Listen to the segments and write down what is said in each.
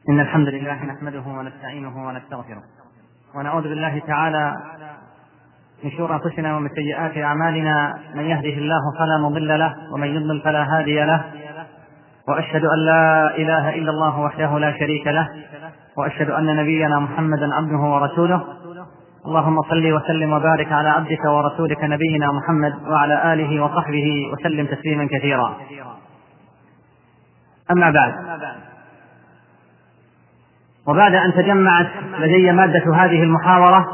إن الحمد لله نحمده ونستعينه ونستغفره ونعوذ بالله تعالى من شرور أنفسنا ومن سيئات أعمالنا. من يهده الله فلا مضل له ومن يضلل فلا هادي له، وأشهد أن لا إله إلا الله وحده لا شريك له، وأشهد أن نبينا محمدا عبده ورسوله. اللهم صل وسلم وبارك على عبدك ورسولك نبينا محمد وعلى آله وصحبه وسلم تسليما كثيرا. أما بعد، وبعد أن تجمعت لدي مادة هذه المحاورة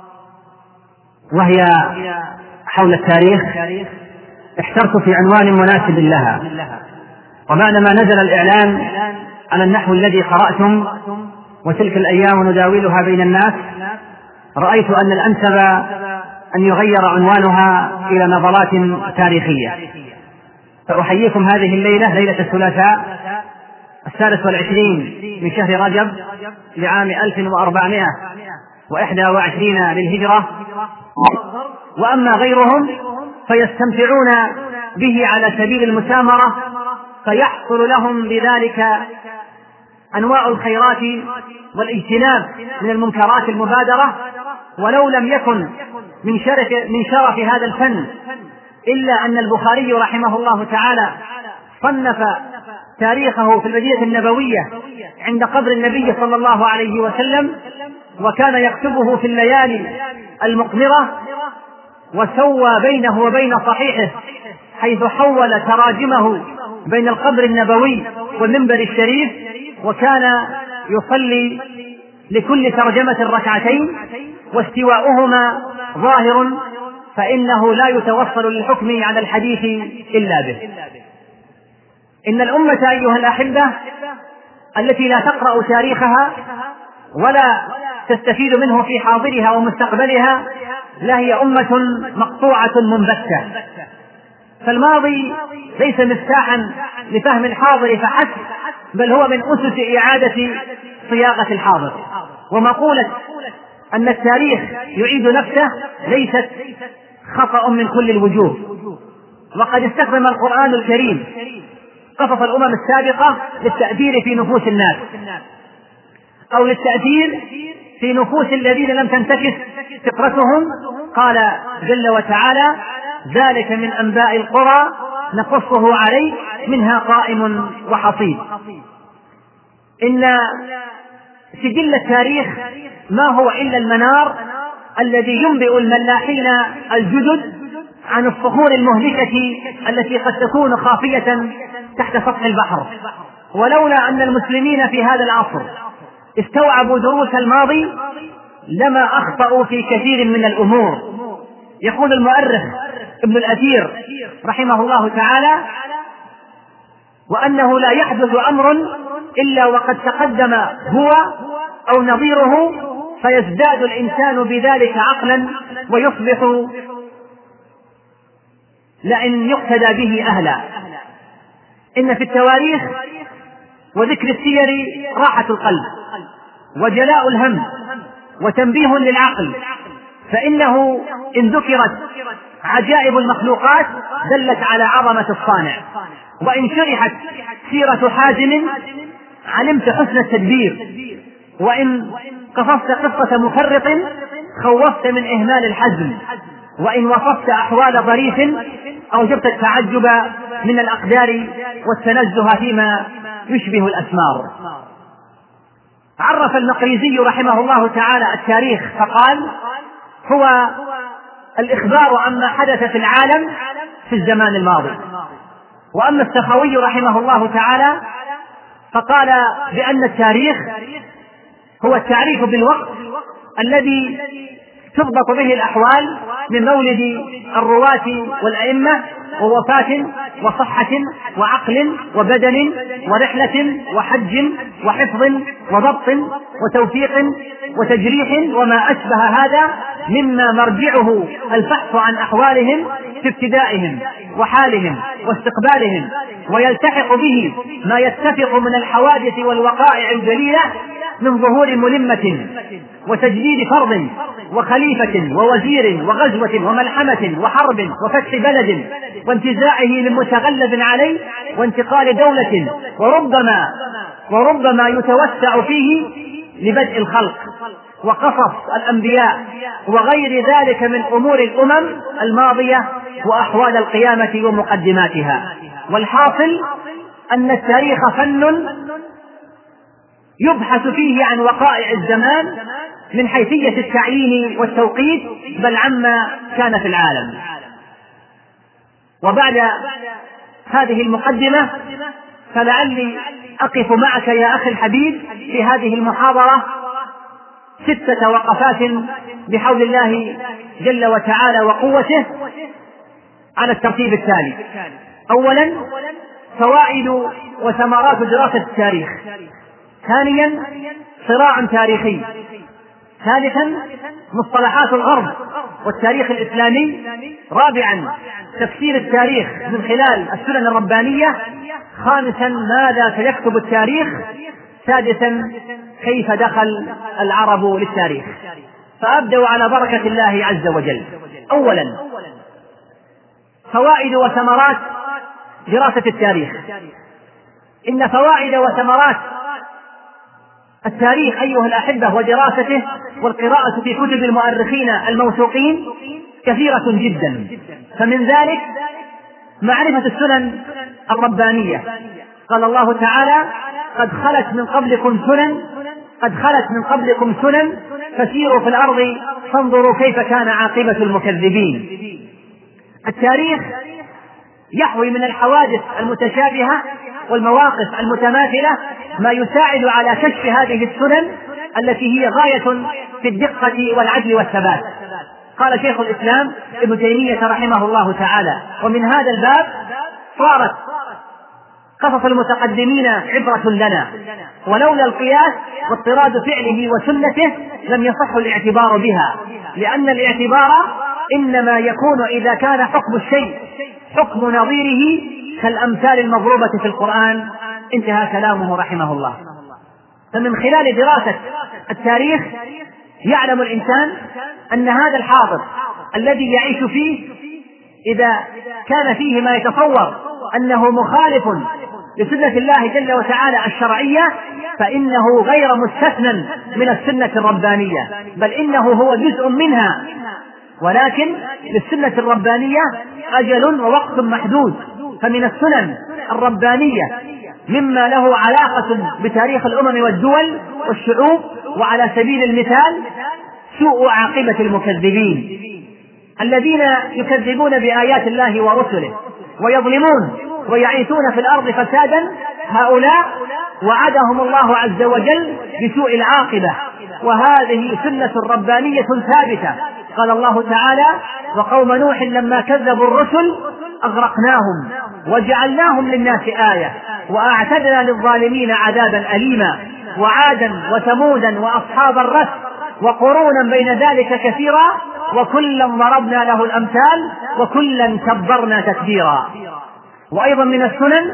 وهي حول التاريخ، احترت في عنوان مناسب لها. وبعدما نزل الإعلان على النحو الذي قرأتم وتلك الأيام نداولها بين الناس، رأيت أن الأنسب أن يغير عنوانها إلى نظرات تاريخية. فأحييكم هذه الليلة، ليلة الثلاثاء 23 من شهر رجب لعام 1421 للهجرة. وأما غيرهم فيستمتعون به على سبيل المسامرة، فيحصل لهم بذلك أنواع الخيرات والاجتناب من المنكرات المبادرة. ولو لم يكن من شرف هذا الفن إلا أن البخاري رحمه الله تعالى صنف تاريخه في المدينة النبوية عند قبر النبي صلى الله عليه وسلم، وكان يكتبه في الليالي المقمرة، وسوى بينه وبين صحيحه حيث حول تراجمه بين القبر النبوي والمنبر الشريف، وكان يصلي لكل ترجمة ركعتين، واستواؤهما ظاهر، فإنه لا يتوصل للحكم على الحديث إلا به. إن الأمة أيها الأحبة التي لا تقرأ تاريخها ولا تستفيد منه في حاضرها ومستقبلها لا هي أمة مقطوعة منبتة. فالماضي ليس مفتاحا لفهم الحاضر فحسب، بل هو من أسس إعادة صياغة الحاضر. ومقولة أن التاريخ يعيد نفسه ليست خطأ من كل الوجوه. وقد استخدم القرآن الكريم قصص الأمم السابقة للتأثير في نفوس الناس، أو للتأثير في نفوس الذين لم تنتكس فطرتهم. قال جل وتعالى: ذلك من أنباء القرى نقصه عليك منها قائم وحصيد. إن سجل التاريخ ما هو إلا المنار الذي ينبئ الملاحين الجدد عن الصخور المهلكة التي قد تكون خافية تحت سطح البحر. ولولا أن المسلمين في هذا العصر استوعبوا دروس الماضي لما أخطأوا في كثير من الأمور. يقول المؤرخ ابن الأثير رحمه الله تعالى: وأنه لا يحدث أمر إلا وقد تقدم هو أو نظيره، فيزداد الإنسان بذلك عقلا ويصبح لأن يقتدى به أهلا. إن في التواريخ وذكر السير راحة القلب وجلاء الهم وتنبيه للعقل، فإنه إن ذكرت عجائب المخلوقات دلت على عظمة الصانع، وإن شرحت سيرة حازم علمت حسن التدبير، وإن قصصت قصة مفرط خوفت من إهمال الحزم، وإن وصفت أحوال ظريف أوجبت التعجب من الأقدار والتنزه فيما يشبه الأسمار. عرف المقريزي رحمه الله تعالى التاريخ فقال: هو الإخبار عما حدث في العالم في الزمان الماضي. وأما السخاوي رحمه الله تعالى فقال بأن التاريخ هو التعريف بالوقت الذي تضبط به الأحوال من مولد الرواة والأئمة ووفاة وصحة وعقل وبدن ورحلة وحج وحفظ وضبط وتوفيق وتجريح وما أشبه هذا، مما مرجعه البحث عن أحوالهم في ابتدائهم وحالهم واستقبالهم، ويلتحق به ما يتفق من الحوادث والوقائع الجليلة من ظهور ملمة وتجديد فرض وخليفة ووزير وغزوة وملحمة وحرب وفتح بلد وانتزاعه من متغلب عليه وانتقال دولة وربما وربما يتوسع فيه لبدء الخلق وقصص الأنبياء وغير ذلك من أمور الأمم الماضية وأحوال القيامة ومقدماتها. والحاصل أن التاريخ فن يبحث فيه عن وقائع الزمان من حيثية التعيين والتوقيت بل عما كان في العالم. وبعد هذه المقدمة فلعلي أقف معك يا أخي الحبيب في هذه المحاضرة 6 وقفات بحول الله جل وتعالى وقوته على الترتيب التالي: أولا فوائد وثمرات دراسة التاريخ، ثانيا صراع تاريخي، ثالثا مصطلحات الغرب والتاريخ الإسلامي، رابعا تفسير التاريخ من خلال السنن الربانية، خامسا ماذا سيكتب التاريخ، سادسا كيف دخل العرب للتاريخ. فأبدأ على بركة الله عز وجل. أولا فوائد وثمرات دراسة التاريخ. إن فوائد وثمرات التاريخ أيها الأحبة ودراسته والقراءة في كتب المؤرخين الموثوقين كثيرة جدا، فمن ذلك معرفة السنن الربانية. قال الله تعالى: قد خلت من قبلكم سنن فسيروا في الأرض فانظروا كيف كان عاقبة المكذبين. التاريخ يحوي من الحوادث المتشابهة والمواقف المتماثلة ما يساعد على كشف هذه السنن التي هي غاية في الدقة والعدل والثبات. قال شيخ الإسلام ابن تيمية رحمه الله تعالى: ومن هذا الباب صارت قصص المتقدمين عبرة لنا، ولولا القياس واضطراد فعله وسنته لم يصح الاعتبار بها، لأن الاعتبار إنما يكون إذا كان حكم الشيء حكم نظيره كالأمثال المضروبة في القرآن. انتهى كلامه رحمه الله. فمن خلال دراسة التاريخ يعلم الإنسان أن هذا الحاضر الذي يعيش فيه إذا كان فيه ما يتصور أنه مخالف لسنة الله جل وتعالى الشرعية فإنه غير مستثنى من السنة الربانية، بل إنه هو جزء منها، ولكن للسنة الربانية أجل ووقت محدود. فمن السنن الربانية مما له علاقة بتاريخ الأمم والدول والشعوب، وعلى سبيل المثال سوء عاقبة المكذبين الذين يكذبون بآيات الله ورسله ويظلمون ويعيثون في الأرض فسادا. هؤلاء وعدهم الله عز وجل بسوء العاقبة، وهذه سنة ربانية ثابتة. قال الله تعالى: وقوم نوح لما كذبوا الرسل أغرقناهم وجعلناهم للناس آية وأعتدنا للظالمين عذابا أليما. وعادا وثمودا وأصحاب الرس وقرونا بين ذلك كثيرا وكلا ضربنا له الأمثال وكلا تبرنا تتبيرا. وأيضا من السنن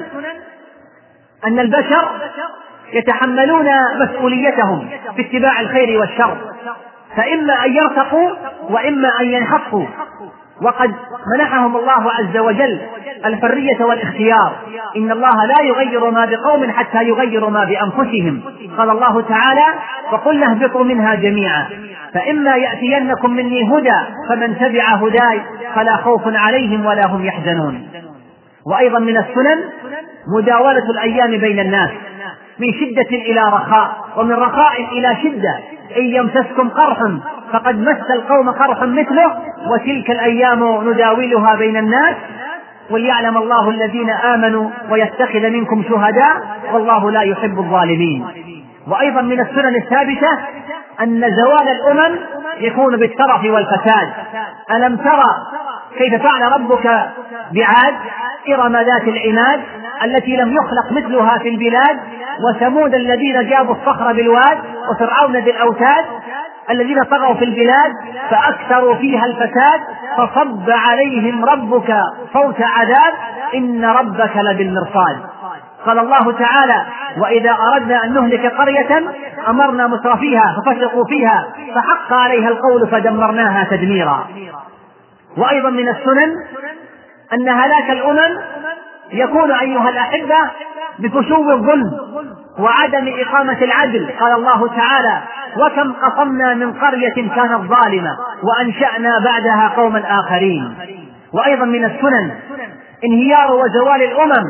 أن البشر يتحملون مسؤوليتهم في اتباع الخير والشر، فإما أن يرتقوا وإما أن ينحطوا، وقد منحهم الله عز وجل الحرية والاختيار. إن الله لا يغير ما بقوم حتى يغيروا ما بأنفسهم. قال الله تعالى: وقلنا اهبطوا منها جميعا فإما يأتينكم مني هدى فمن تبع هداي فلا خوف عليهم ولا هم يحزنون. وأيضا من السنن مداولة الأيام بين الناس من شدة إلى رخاء ومن رخاء إلى شدة. إن يمسسكم قرح فقد مس القوم قرح مثله وتلك الأيام نداولها بين الناس وليعلم الله الذين آمنوا ويتخذ منكم شهداء والله لا يحب الظالمين. وأيضا من السنن الثابتة أن زوال الأمم يكون بالترف والفساد. ألم ترى كيف فعل ربك بعاد إرم ذات العماد التي لم يخلق مثلها في البلاد وثمود الذين جابوا الصخر بالواد وفرعون ذي الأوتاد الذين طغوا في البلاد فأكثروا فيها الفساد فصب عليهم ربك صوت عذاب إن ربك لبالمرصاد. قال الله تعالى: وإذا أردنا أن نهلك قرية أمرنا مترفيها ففسقوا فيها فحق عليها القول فدمرناها تدميرا. وأيضا من السنن أن هلاك الأمم يكون أيها الأحبة بفشو الظلم وعدم إقامة العدل. قال الله تعالى: وكم قصمنا من قرية كانت ظالمة وأنشأنا بعدها قوما آخرين. وأيضا من السنن انهيار وزوال الأمم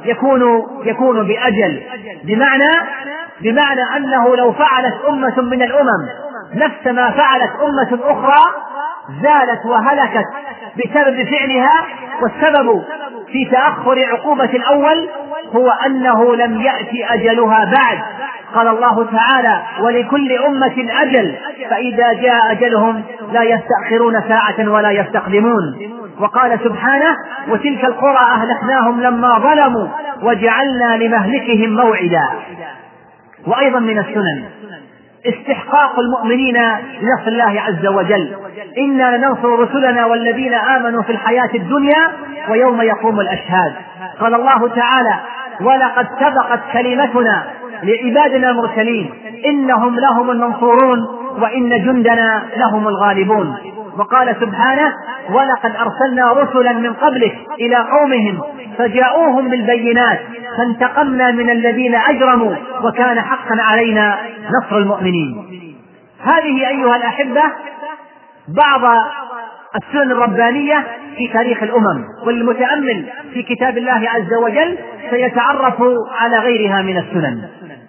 يكون بأجل، بمعنى أنه لو فعلت أمة من الأمم نفس ما فعلت أمة أخرى زالت وهلكت بسبب فعلها، والسبب في تأخر عقوبة الأول هو أنه لم يأتي أجلها بعد. قال الله تعالى: ولكل أمة أجل فإذا جاء أجلهم لا يستأخرون ساعة ولا يستقدمون. وقال سبحانه: وتلك القرى أهلكناهم لما ظلموا وجعلنا لمهلكهم موعدا. وأيضا من السنن استحقاق المؤمنين لنصر الله عز وجل: إنا لننصر رسلنا والذين آمنوا في الحياة الدنيا ويوم يقوم الأشهاد. قال الله تعالى: ولقد سبقت كلمتنا لعبادنا المرسلين إنهم لهم المنصورون وإن جندنا لهم الغالبون. وقال سبحانه: ولقد أرسلنا رسلا من قبلك إلى قومهم فجاءوهم بالبينات فانتقمنا من الذين أجرموا وكان حقا علينا نصر المؤمنين. هذه أيها الأحبة بعض السنن الربانية في تاريخ الأمم، والمتأمل في كتاب الله عز وجل سيتعرف على غيرها من السنن.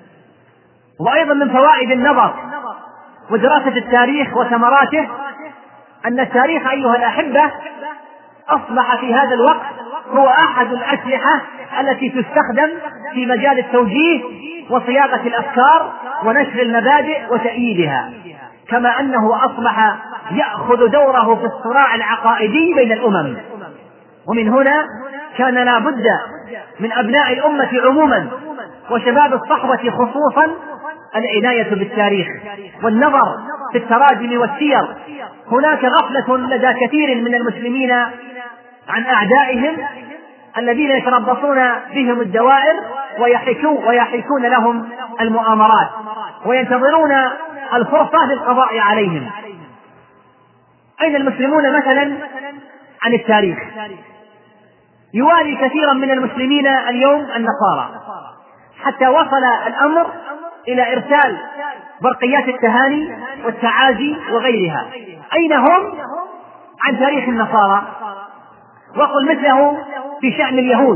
وأيضا من فوائد النظر ودراسة التاريخ وثمراته أن التاريخ أيها الأحبة أصبح في هذا الوقت هو أحد الأسلحة التي تستخدم في مجال التوجيه وصياغة الأفكار ونشر المبادئ وتأييدها، كما أنه أصبح يأخذ دوره في الصراع العقائدي بين الأمم. ومن هنا كان لا بد من أبناء الأمة عموما وشباب الصحوة خصوصا العناية بالتاريخ والنظر في التراجم والسير. هناك غفلة لدى كثير من المسلمين عن أعدائهم الذين يتربصون بهم الدوائر ويحيكون لهم المؤامرات وينتظرون الفرصة للقضاء عليهم. أين المسلمون مثلا عن التاريخ؟ يوالي كثيرا من المسلمين اليوم النصارى، حتى وصل الأمر إلى إرسال برقيات التهاني والتعازي وغيرها. أين هم عن تاريخ النصارى؟ وقل مثله في شأن اليهود،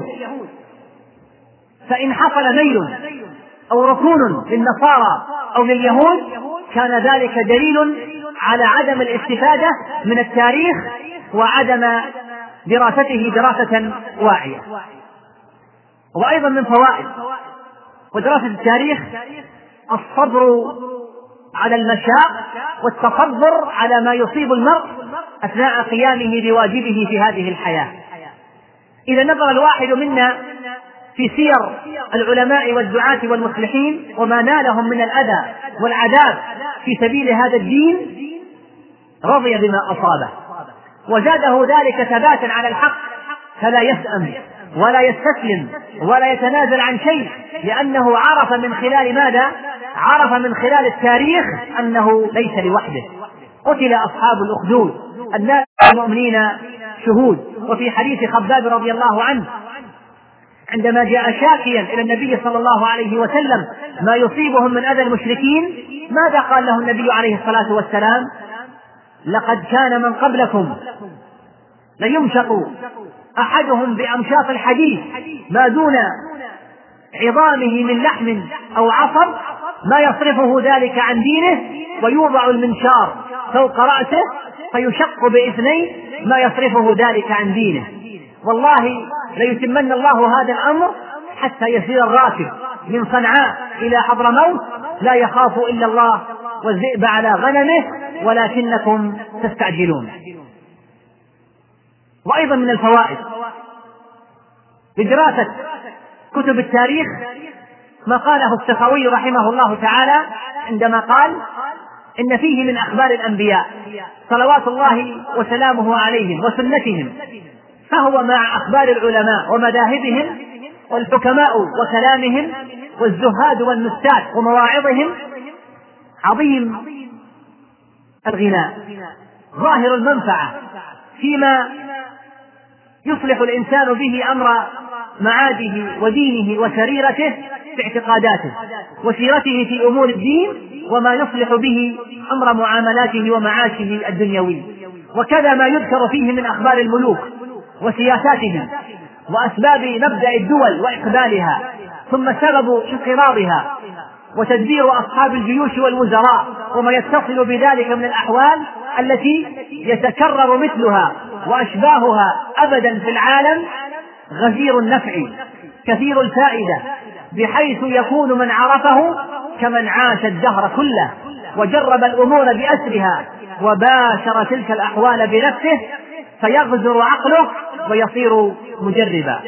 فإن حصل ميل أو ركون للنصارى أو لليهود كان ذلك دليل على عدم الاستفادة من التاريخ وعدم دراسته دراسة واعية. وأيضا من فوائد ودراسة التاريخ الصبر على المشاق والتصبر على ما يصيب المرء أثناء قيامه بواجبه في هذه الحياة. إذا نظر الواحد منا في سير العلماء والدعاة والمصلحين وما نالهم من الأذى والعذاب في سبيل هذا الدين رضي بما أصابه وزاده ذلك ثباتا على الحق، فلا يسأم ولا يستسلم ولا يتنازل عن شيء، لأنه عرف من خلال ماذا؟ عرف من خلال التاريخ أنه ليس لوحده. قتل أصحاب الأخدود الناس المؤمنين شهود. وفي حديث خباب رضي الله عنه عندما جاء شاكيا إلى النبي صلى الله عليه وسلم ما يصيبهم من أذى المشركين، ماذا قال له النبي عليه الصلاة والسلام؟ لقد كان من قبلكم ليمشط أحدهم بأمشاط الحديد ما دون عظامه من لحم أو عصب ما يصرفه ذلك عن دينه، ويوضع المنشار فوق رأسه فيشق باثنين ما يصرفه ذلك عن دينه. والله ليتمن الله هذا الأمر حتى يسير الراكب من صنعاء إلى حضرموت لا يخاف إلا الله والذئب على غنمه ولكنكم تستعجلون. وأيضا من الفوائد بدراسة كتب التاريخ ما قاله السخاوي رحمه الله تعالى عندما قال: إن فيه من أخبار الأنبياء صلوات الله وسلامه عليهم وسنتهم، فهو مع أخبار العلماء ومذاهبهم والحكماء وكلامهم والزهاد والنسات ومواعظهم عظيم الغناء ظاهر المنفعة فيما يصلح الإنسان به أمر معاده ودينه وسريرته باعتقاداته وسيرته في أمور الدين وما يصلح به أمر معاملاته ومعاشه الدنيوي، وكذا ما يذكر فيه من أخبار الملوك وسياساتهم وأسباب مبدأ الدول وإقبالها، ثم سبب انقراضها وتدبير أصحاب الجيوش والوزراء وما يتصل بذلك من الأحوال التي يتكرر مثلها وأشباهها أبدا في العالم، غزير النفع كثير الفائدة، بحيث يكون من عرفه كمن عاش الدهر كله وجرب الأمور بأسرها وباشر تلك الأحوال بنفسه، فيغزر عقله ويصير مجربا.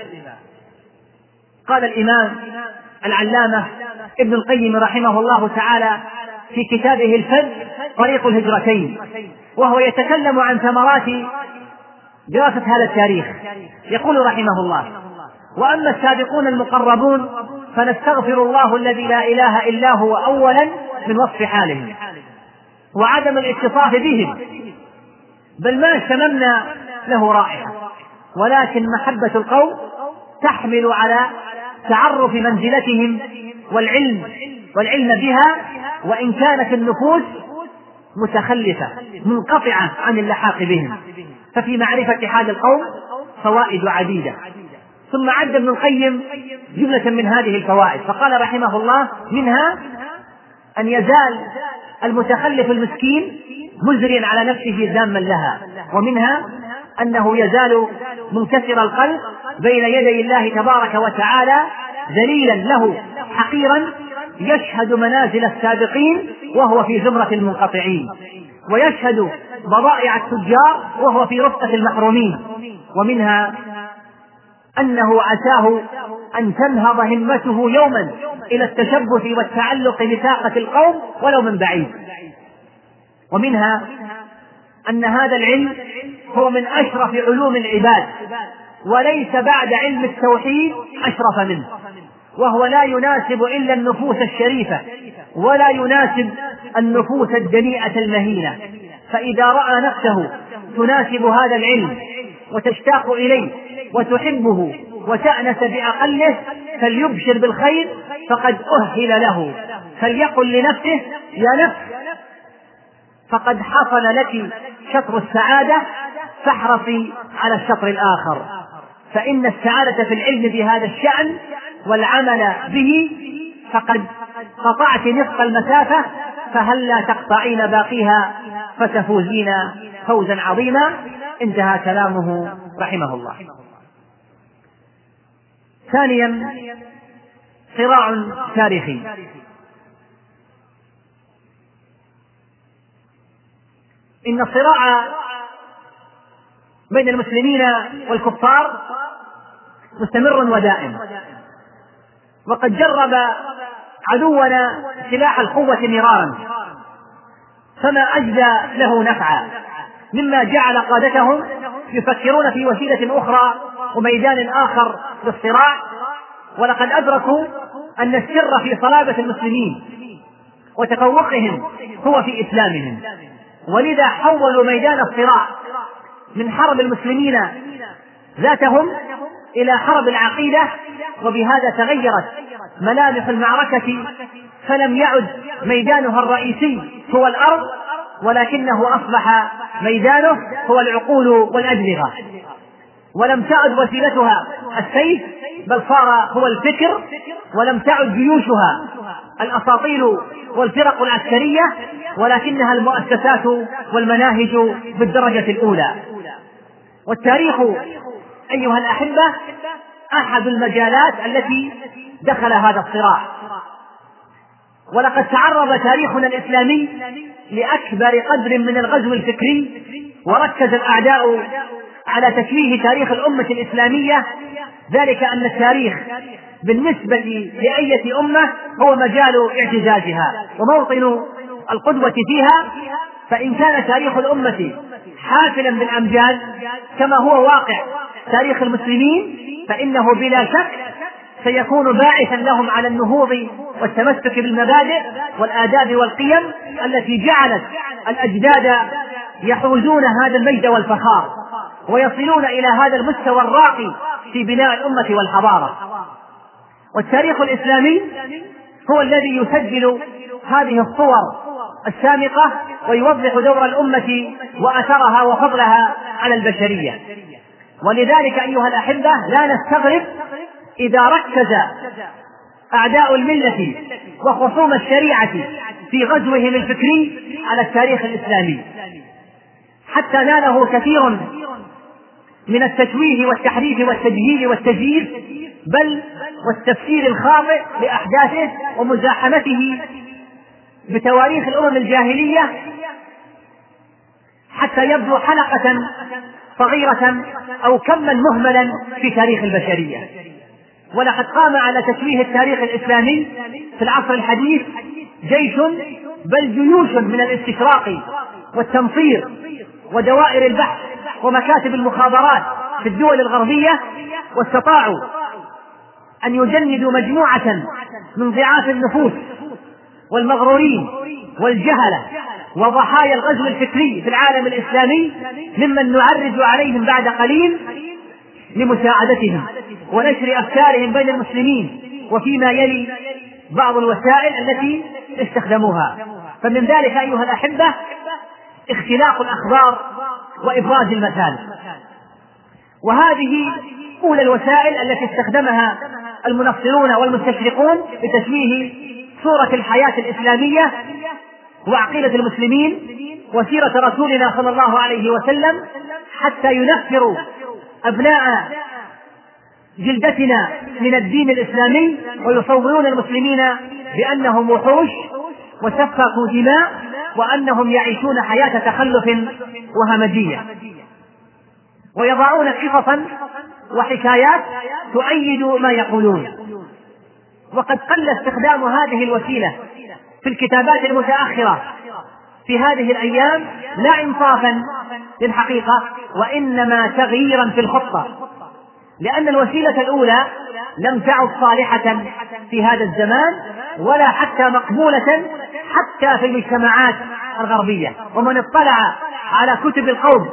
قال الإمام العلامة ابن القيم رحمه الله تعالى في كتابه الفذ طريق الهجرتين، وهو يتكلم عن ثمرات دراسة هذا التاريخ، يقول رحمه الله: وأما السابقون المقربون فنستغفر الله الذي لا إله إلا هو أولا من وصف حالهم وعدم الاتصاف بهم، بل ما اشتممنا له رائحة، ولكن محبة القوم تحمل على تعرف منزلتهم والعلم بها، وإن كانت النفوس متخلفة منقطعة عن اللحاق بهم، ففي معرفة حال القوم فوائد عديدة. ثم عد ابن القيم جملة من هذه الفوائد فقال رحمه الله: منها أن يزال المتخلف المسكين مزريا على نفسه ذاما لها، ومنها أنه يزال منكسر القلب بين يدي الله تبارك وتعالى ذليلا له حقيرا، يشهد منازل السابقين وهو في زمرة المنقطعين، ويشهد بضائع التجار وهو في رفقة المحرومين. ومنها أنه عساه أن تنهض همته يوما إلى التشبث والتعلق بساقة القوم ولو من بعيد. ومنها أن هذا العلم هو من أشرف علوم العباد، وليس بعد علم التوحيد أشرف منه، وهو لا يناسب إلا النفوس الشريفة ولا يناسب النفوس الدنيئة المهينة، فإذا رأى نفسه تناسب هذا العلم وتشتاق إليه وتحبه وتأنس بأقله فليبشر بالخير فقد أهل له، فليقل لنفسه: يا نفس فقد حصل لك شطر السعادة فاحرصي على الشطر الآخر، فإن السعادة في العلم بهذا الشأن والعمل به فقد قطعت نصف المسافة، فهلا تقطعين باقيها فتفوزين فوزا عظيما. انتهى كلامه رحمه الله. ثانيا، صراع تاريخي. إن الصراع بين المسلمين والكفار مستمر ودائم، وقد جرب عدونا سلاح القوة مرارا فما أجدى له نفعا، مما جعل قادتهم يفكرون في وسيلة أخرى وميدان آخر للصراع، ولقد أدركوا أن السر في صلابة المسلمين وتفوقهم هو في إسلامهم، ولذا حولوا ميدان الصراع من حرب المسلمين ذاتهم إلى حرب العقيدة، وبهذا تغيرت ملامح المعركة، فلم يعد ميدانها الرئيسي هو الأرض، ولكنه أصبح ميدانه هو العقول والأدمغة، ولم تعد وسيلتها السيف بل صار هو الفكر، ولم تعد جيوشها الأساطيل والفرق العسكرية، ولكنها المؤسسات والمناهج بالدرجة الأولى. والتاريخ أيها الأحبة أحد المجالات التي دخل هذا الصراع، ولقد تعرض تاريخنا الإسلامي لأكبر قدر من الغزو الفكري، وركز الأعداء على تشويه تاريخ الأمة الإسلامية، ذلك أن التاريخ بالنسبة لأية أمة هو مجال اعتزازها وموطن القدوة فيها، فإن كان تاريخ الأمة حافلا بالأمجاد كما هو واقع تاريخ المسلمين، فإنه بلا شك سيكون باعثا لهم على النهوض والتمسك بالمبادئ والآداب والقيم التي جعلت الأجداد يحوزون هذا المجد والفخار ويصلون إلى هذا المستوى الراقي في بناء الأمة والحضارة. والتاريخ الإسلامي هو الذي يسجل هذه الصور السامقة ويوضح دور الأمة وأثرها وفضلها على البشرية. ولذلك أيها الأحبة لا نستغرب إذا ركز أعداء الملة وخصوم الشريعة في غزوهم الفكري على التاريخ الإسلامي، حتى ناله كثير من التشويه والتحريف والتجهيل والتزييف، بل والتفسير الخاطئ لأحداثه ومزاحمته بتواريخ الأمم الجاهلية، حتى يبدو حلقة صغيرة أو كما مهملا في تاريخ البشرية. ولقد قام على تشويه التاريخ الإسلامي في العصر الحديث جيش، بل جيوش من الاستشراق والتنصير ودوائر البحث ومكاتب المخابرات في الدول الغربية، واستطاعوا أن يجندوا مجموعة من ضعاف النفوس والمغرورين والجهلة وضحايا الغزو الفكري في العالم الإسلامي، ممن نعرج عليهم بعد قليل لمساعدتهم ونشر أفكارهم بين المسلمين، وفيما يلي بعض الوسائل التي استخدموها. فمن ذلك أيها الأحبة اختلاق الأخبار وإبراز المثال، وهذه أولى الوسائل التي استخدمها المنصرون والمستشرقون لتشويه صورة الحياة الإسلامية وعقيدة المسلمين وسيرة رسولنا صلى الله عليه وسلم، حتى ينفروا أبناء جلدتنا من الدين الإسلامي ويصورون المسلمين بأنهم وحوش وسفكوا دماء وأنهم يعيشون حياة تخلف وهمجية، ويضعون قصصا وحكايات تؤيد ما يقولون. وقد قل استخدام هذه الوسيلة في الكتابات المتأخرة في هذه الأيام، لا إنصافا للحقيقة وإنما تغييرا في الخطة، لأن الوسيلة الأولى لم تعد صالحة في هذا الزمان ولا حتى مقبولة حتى في المجتمعات الغربية. ومن اطلع على كتب القوم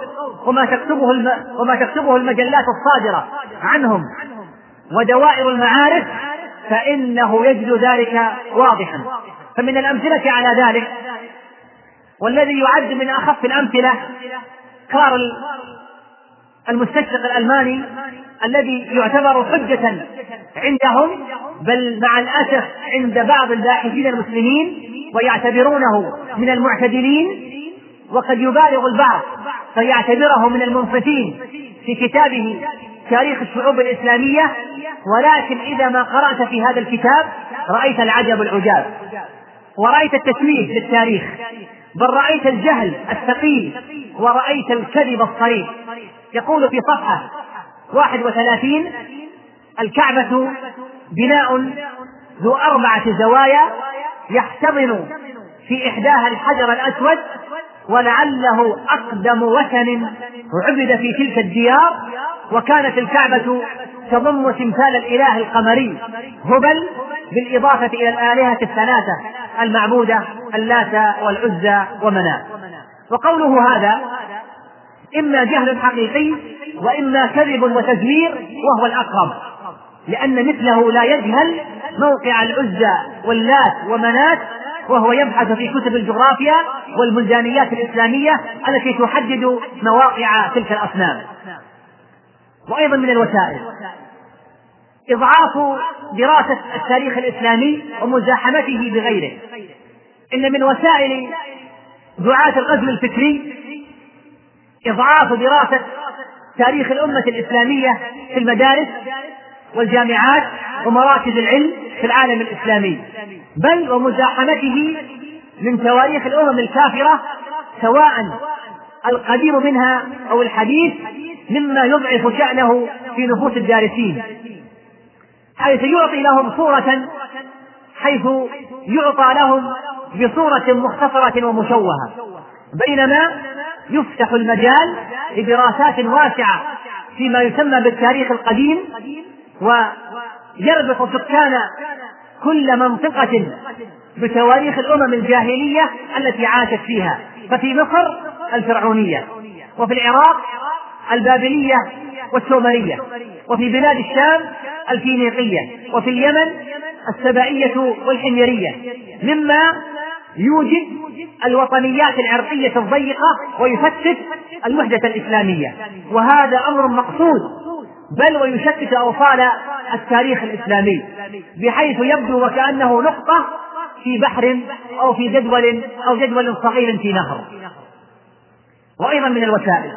وما تكتبه المجلات الصادرة عنهم ودوائر المعارف فإنه يجد ذلك واضحا. فمن الأمثلة على ذلك، والذي يعد من أخف الأمثلة، كارل المستشرق الألماني الذي يعتبر حجة عندهم، بل مع الأسف عند بعض الباحثين المسلمين، ويعتبرونه من المعتدلين، وقد يبالغ البعض فيعتبره من المنصفين في كتابه تاريخ الشعوب الإسلامية. ولكن إذا ما قرأت في هذا الكتاب رأيت العجب العجاب، ورأيت التشويه للتاريخ، بل رأيت الجهل الثقيل، ورأيت الكذب الصريح. يقول في صفحة 31: الكعبة بناء ذو 4 زوايا يحتضن في إحداها الحجر الأسود، ولعله أقدم وثن عبد في تلك الديار، وكانت الكعبة تضم تمثال الإله القمري هبل، بالإضافة إلى الآلهة الثلاثة المعبودة اللات والعزى ومناة. وقوله هذا إما جهل حقيقي وإما كذب وتزوير، وهو الأقرب، لأن مثله لا يجهل موقع العزى واللات ومناة، وهو يبحث في كتب الجغرافيا والبلدانيات الإسلامية التي تحدد مواقع تلك الأصنام. وأيضا من الوسائل إضعاف دراسة التاريخ الإسلامي ومزاحمته بغيره. إن من وسائل دعاة الغزو الفكري إضعاف دراسة تاريخ الأمة الإسلامية في المدارس والجامعات ومراكز العلم في العالم الإسلامي، بل ومزاحمته من تواريخ الأمم الكافرة سواء القديم منها أو الحديث، مما يضعف شأنه في نفوس الدارسين، حيث يعطى لهم بصورة مختصرة ومشوهة، بينما يفتح المجال لدراسات واسعة فيما يسمى بالتاريخ القديم، ويربط سكان كل منطقة بتواريخ الأمم الجاهلية التي عاشت فيها. ففي مصر الفرعونية، وفي العراق البابلية والسومرية، وفي بلاد الشام الفينيقية، وفي اليمن السبائية والحميرية، مما يوجد الوطنيات العرقية الضيقة ويفتت الوحدة الإسلامية، وهذا أمر مقصود، بل ويشتت أوصال التاريخ الإسلامي، بحيث يبدو وكأنه نقطة في بحر أو في جدول صغير في نهر. وأيضا من الوسائل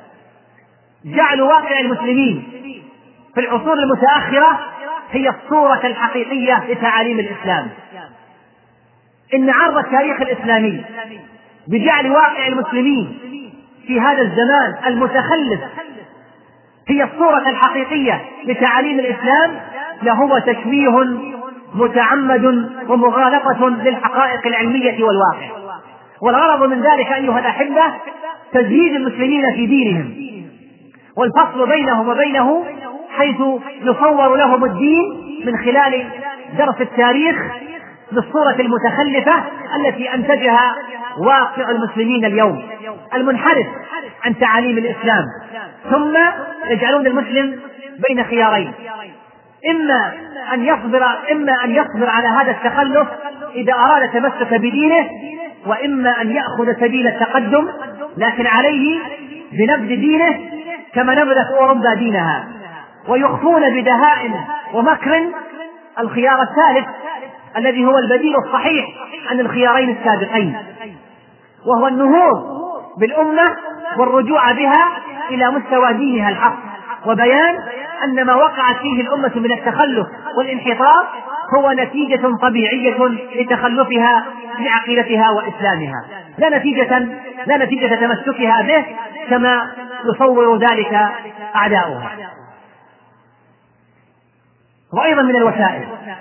جعل واقع المسلمين في العصور المتأخرة هي الصورة الحقيقية لتعاليم الإسلام. إن عرض التاريخ الإسلامي بجعل واقع المسلمين في هذا الزمان المتخلف هي الصورة الحقيقية لتعاليم الإسلام لهو تشويه متعمد ومغالطة للحقائق العلمية والواقع. والغرض من ذلك أيها الأحبة تزهيد المسلمين في دينهم، والفصل بينهم وبينه، حيث يصور لهم الدين من خلال درس التاريخ بالصورة المتخلفة التي أنتجها واقع المسلمين اليوم المنحرف عن تعاليم الإسلام. ثم يجعلون المسلم بين خيارين: إما أن يصبر على هذا التخلف إذا أراد التمسك بدينه، وإما أن يأخذ سبيل التقدم، لكن عليه بنبذ دينه كما نبذت أوروبا دينها، ويخفون بدهاء ومكر الخيار الثالث الذي هو البديل الصحيح عن الخيارين السابقين، وهو النهوض بالأمة والرجوع بها إلى مستوى دينها الحق، وبيان أن ما وقعت فيه الأمة من التخلف والانحطاط هو نتيجة طبيعية لتخلفها بعقيدتها وإسلامها، لا نتيجة تمسكها به كما يصور ذلك أعداؤها. وأيضا من الوسائل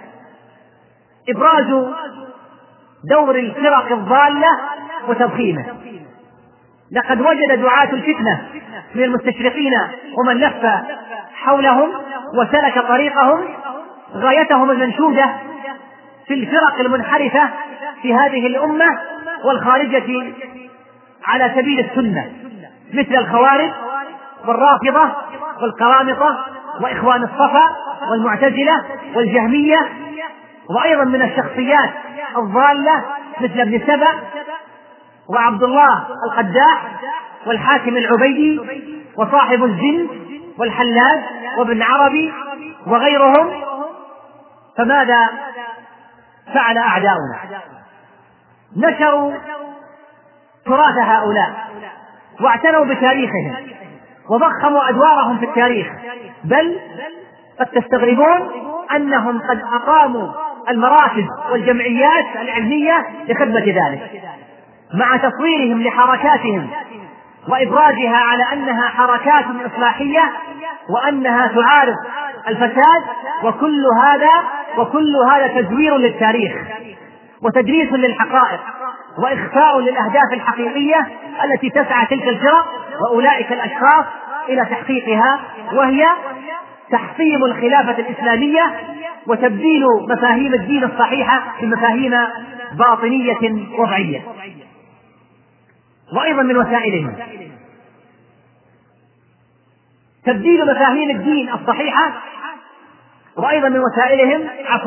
إبراز دور الفرق الضالة وتضخيمه. لقد وجد دعاة الفتنة من المستشرقين ومن لف حولهم وسلك طريقهم غايتهم المنشودة في الفرق المنحرفة في هذه الأمة والخارجة على سبيل السنة، مثل الخوارج والرافضة والقرامطة وإخوان الصفا والمعتزلة والجهمية. وأيضا من الشخصيات الضالة مثل ابن سبأ وعبد الله القداح والحاكم العبيدي وصاحب الجن والحلاج وابن عربي وغيرهم. فماذا فعل أعداؤنا؟ نشروا تراث هؤلاء واعتنوا بتاريخهم وضخموا أدوارهم في التاريخ، بل قد تستغربون أنهم قد أقاموا المراكز والجمعيات العلمية لخدمة ذلك، مع تصويرهم لحركاتهم وإبراجها على أنها حركات إصلاحية وأنها تعارض الفساد، وكل هذا تزوير للتاريخ وتدريس للحقائق وإخفاء للأهداف الحقيقية التي تسعى تلك الفرق وأولئك الأشخاص إلى تحقيقها، وهي تحطيم الخلافة الإسلامية وتبديل مفاهيم الدين الصحيحة بمفاهيم باطنية وضعية. وأيضا من وسائلهم تبديل مفاهيم الدين الصحيحة، وأيضا من وسائلهم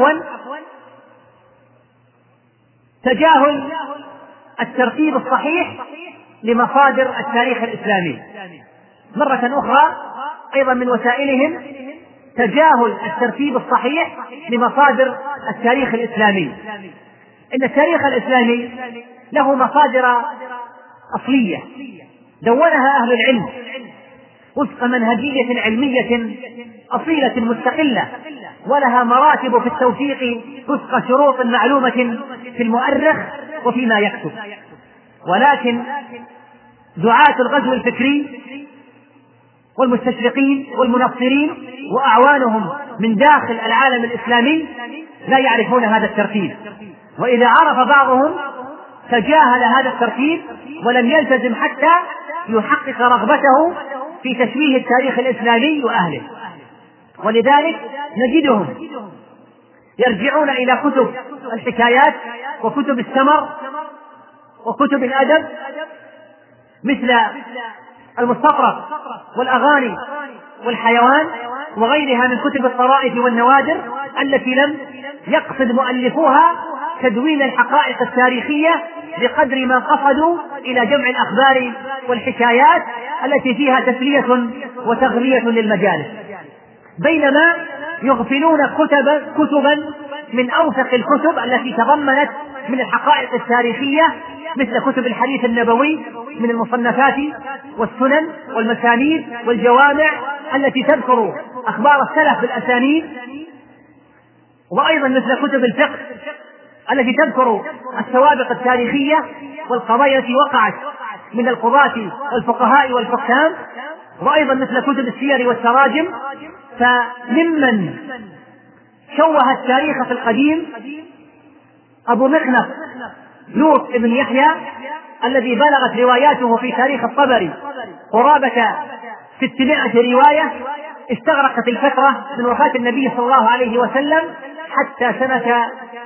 تجاهل الترتيب الصحيح لمصادر التاريخ الإسلامي. مرة أخرى أيضا من وسائلهم تجاهل الترتيب الصحيح لمصادر التاريخ الإسلامي. إن التاريخ الإسلامي له مصادر أصلية دونها أهل العلم وفق منهجية علمية أصيلة مستقلة، ولها مراتب في التوثيق وفق شروط معلومة في المؤرخ وفيما يكتب. ولكن دعاة الغزو الفكري والمستشرقين والمنصرين وأعوانهم من داخل العالم الإسلامي لا يعرفون هذا الترتيب، وإذا عرف بعضهم تجاهل هذا الترتيب ولم يلتزم حتى يحقق رغبته في تشويه التاريخ الإسلامي وأهله. ولذلك نجدهم يرجعون إلى كتب الحكايات وكتب السمر وكتب الأدب مثل المستطرف والأغاني والحيوان وغيرها من كتب الطرائف والنوادر التي لم يقصد مؤلفوها تدوين الحقائق التاريخية بقدر ما قصدوا إلى جمع الأخبار والحكايات التي فيها تسلية وتغذية للمجالس، بينما يغفلون كتبا من أوثق الكتب التي تضمنت من الحقائق التاريخية مثل كتب الحديث النبوي من المصنفات والسنن والمسانيد والجوامع التي تذكر أخبار السلف بالأسانيد، وأيضا مثل كتب الفقه التي تذكر السوابق التاريخية والقضايا التي وقعت من القضاة والفقهاء والحكام، وأيضا مثل كتب السير والتراجم. فممن شوه التاريخ في القديم أبو مخنف لوط بن يحيى الذي بلغت رواياته في تاريخ الطبري قرابة 600 رواية، استغرقت الفترة من وفاة النبي صلى الله عليه وسلم حتى سنة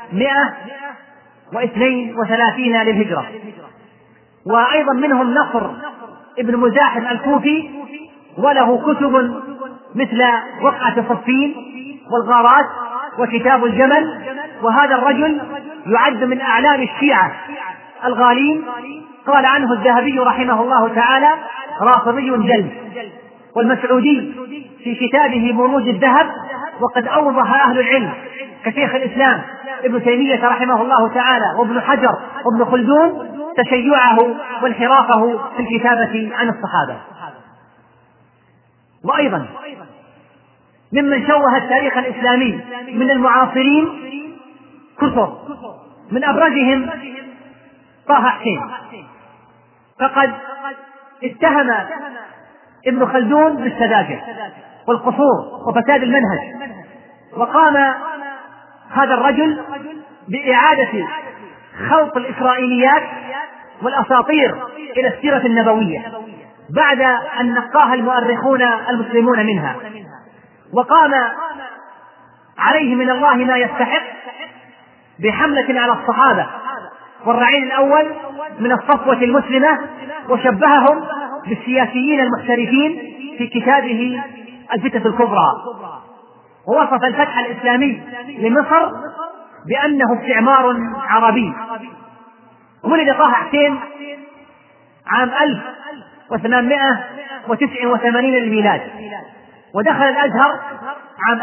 132 للهجرة. وأيضا منهم نصر ابن مزاحم الكوفي وله كتب مثل وقعة صفين والغارات وكتاب الجمل، وهذا الرجل يعد من أعلام الشيعة الغالين، قال عنه الذهبي رحمه الله تعالى رافضي جلد. والمسعودي في كتابه بروج الذهب وقد أوضح أهل العلم كشيخ الإسلام ابن تيمية رحمه الله تعالى وابن حجر وابن خلدون تشيعه وانحرافه في الكتابة عن الصحابة. وأيضا ممن شوه التاريخ الإسلامي من المعاصرين كثر، من أبرزهم طه حسين، فقد اتهم ابن خلدون بالسذاجة والقصور وفساد المنهج، وقام هذا الرجل بإعادة خلط الإسرائيليات والأساطير إلى السيرة النبوية بعد أن نقاها المؤرخون المسلمون منها، وقام عليه من الله ما يستحق بحملة على الصحابة والرعيل الأول من الصفوة المسلمة، وشبههم بالسياسيين المحترفين في كتابه الفتنة الكبرى، ووصف الفتح الإسلامي لمصر بأنه استعمار عربي. ولد طه حسين عام 1889 للميلاد، ودخل الأزهر عام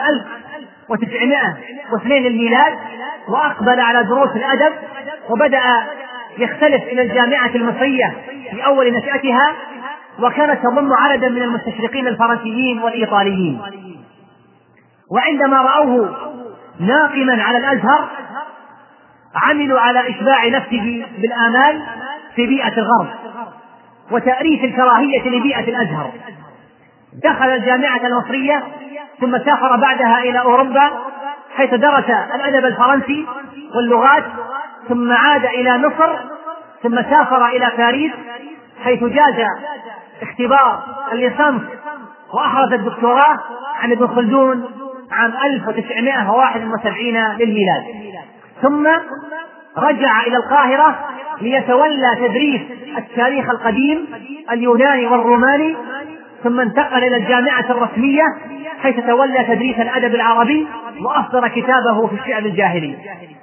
1902 للميلاد، وأقبل على دروس الأدب، وبدأ يختلف إلى الجامعة المصرية في أول نشأتها، وكانت تضم عددا من المستشرقين الفرنسيين والإيطاليين. وعندما رأوه ناقما على الأزهر عملوا على إشباع نفسه بالآمال في بيئة الغرب وتأريث الكراهية لبيئة الأزهر. دخل الجامعة المصرية ثم سافر بعدها إلى أوروبا حيث درس الأدب الفرنسي واللغات، ثم عاد إلى مصر، ثم سافر إلى باريس حيث جاز اختبار الليسانس وأخذ الدكتوراه عن ابن خلدون عام 1971 للميلاد. ثم رجع إلى القاهرة ليتولى تدريس التاريخ القديم اليوناني والروماني، ثم انتقل إلى الجامعة الرسمية حيث تولى تدريس الأدب العربي وأصدر كتابه في الشعر الجاهلي.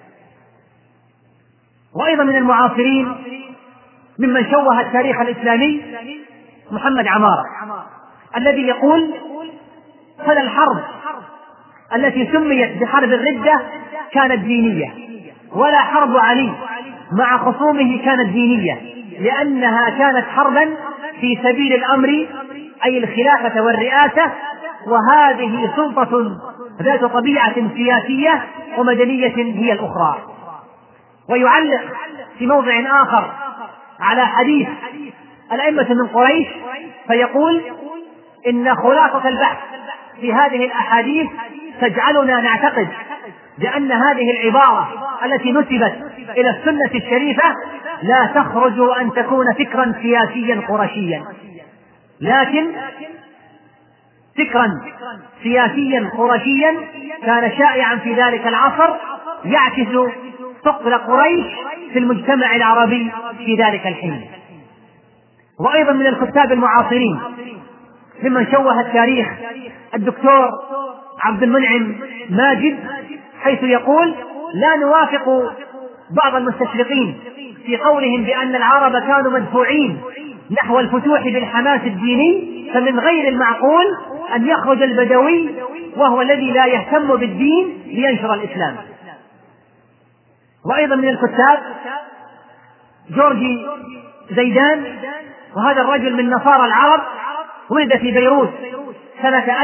وأيضا من المعاصرين ممن شوه التاريخ الإسلامي محمد عمارة الذي يقول: فلا الحرب التي سميت بحرب الردة كانت دينية، ولا حرب علي مع خصومه كانت دينية، لأنها كانت حربا في سبيل الأمر أي الخلافة والرئاسة، وهذه سلطة ذات طبيعة سياسية ومدنية هي الأخرى. ويعلق في موضع آخر على حديث الأئمة من قريش فيقول: إن خلاصة البحث في هذه الأحاديث تجعلنا نعتقد بأن هذه العبارة التي نسبت إلى السنة الشريفة لا تخرج أن تكون فكرا سياسيا قرشيا، لكن فكرا سياسيا قرشيا كان شائعا في ذلك العصر يعكس ثقل قريش في المجتمع العربي في ذلك الحين. وأيضا من الكتاب المعاصرين ممن شوه التاريخ الدكتور عبد المنعم ماجد، حيث يقول: لا نوافق بعض المستشرقين في قولهم بأن العرب كانوا مدفوعين نحو الفتوح بالحماس الديني، فمن غير المعقول أن يخرج البدوي وهو الذي لا يهتم بالدين لينشر الإسلام. وأيضا من الكتاب جورجي زيدان، وهذا الرجل من نصارى العرب، ولد في بيروت سنة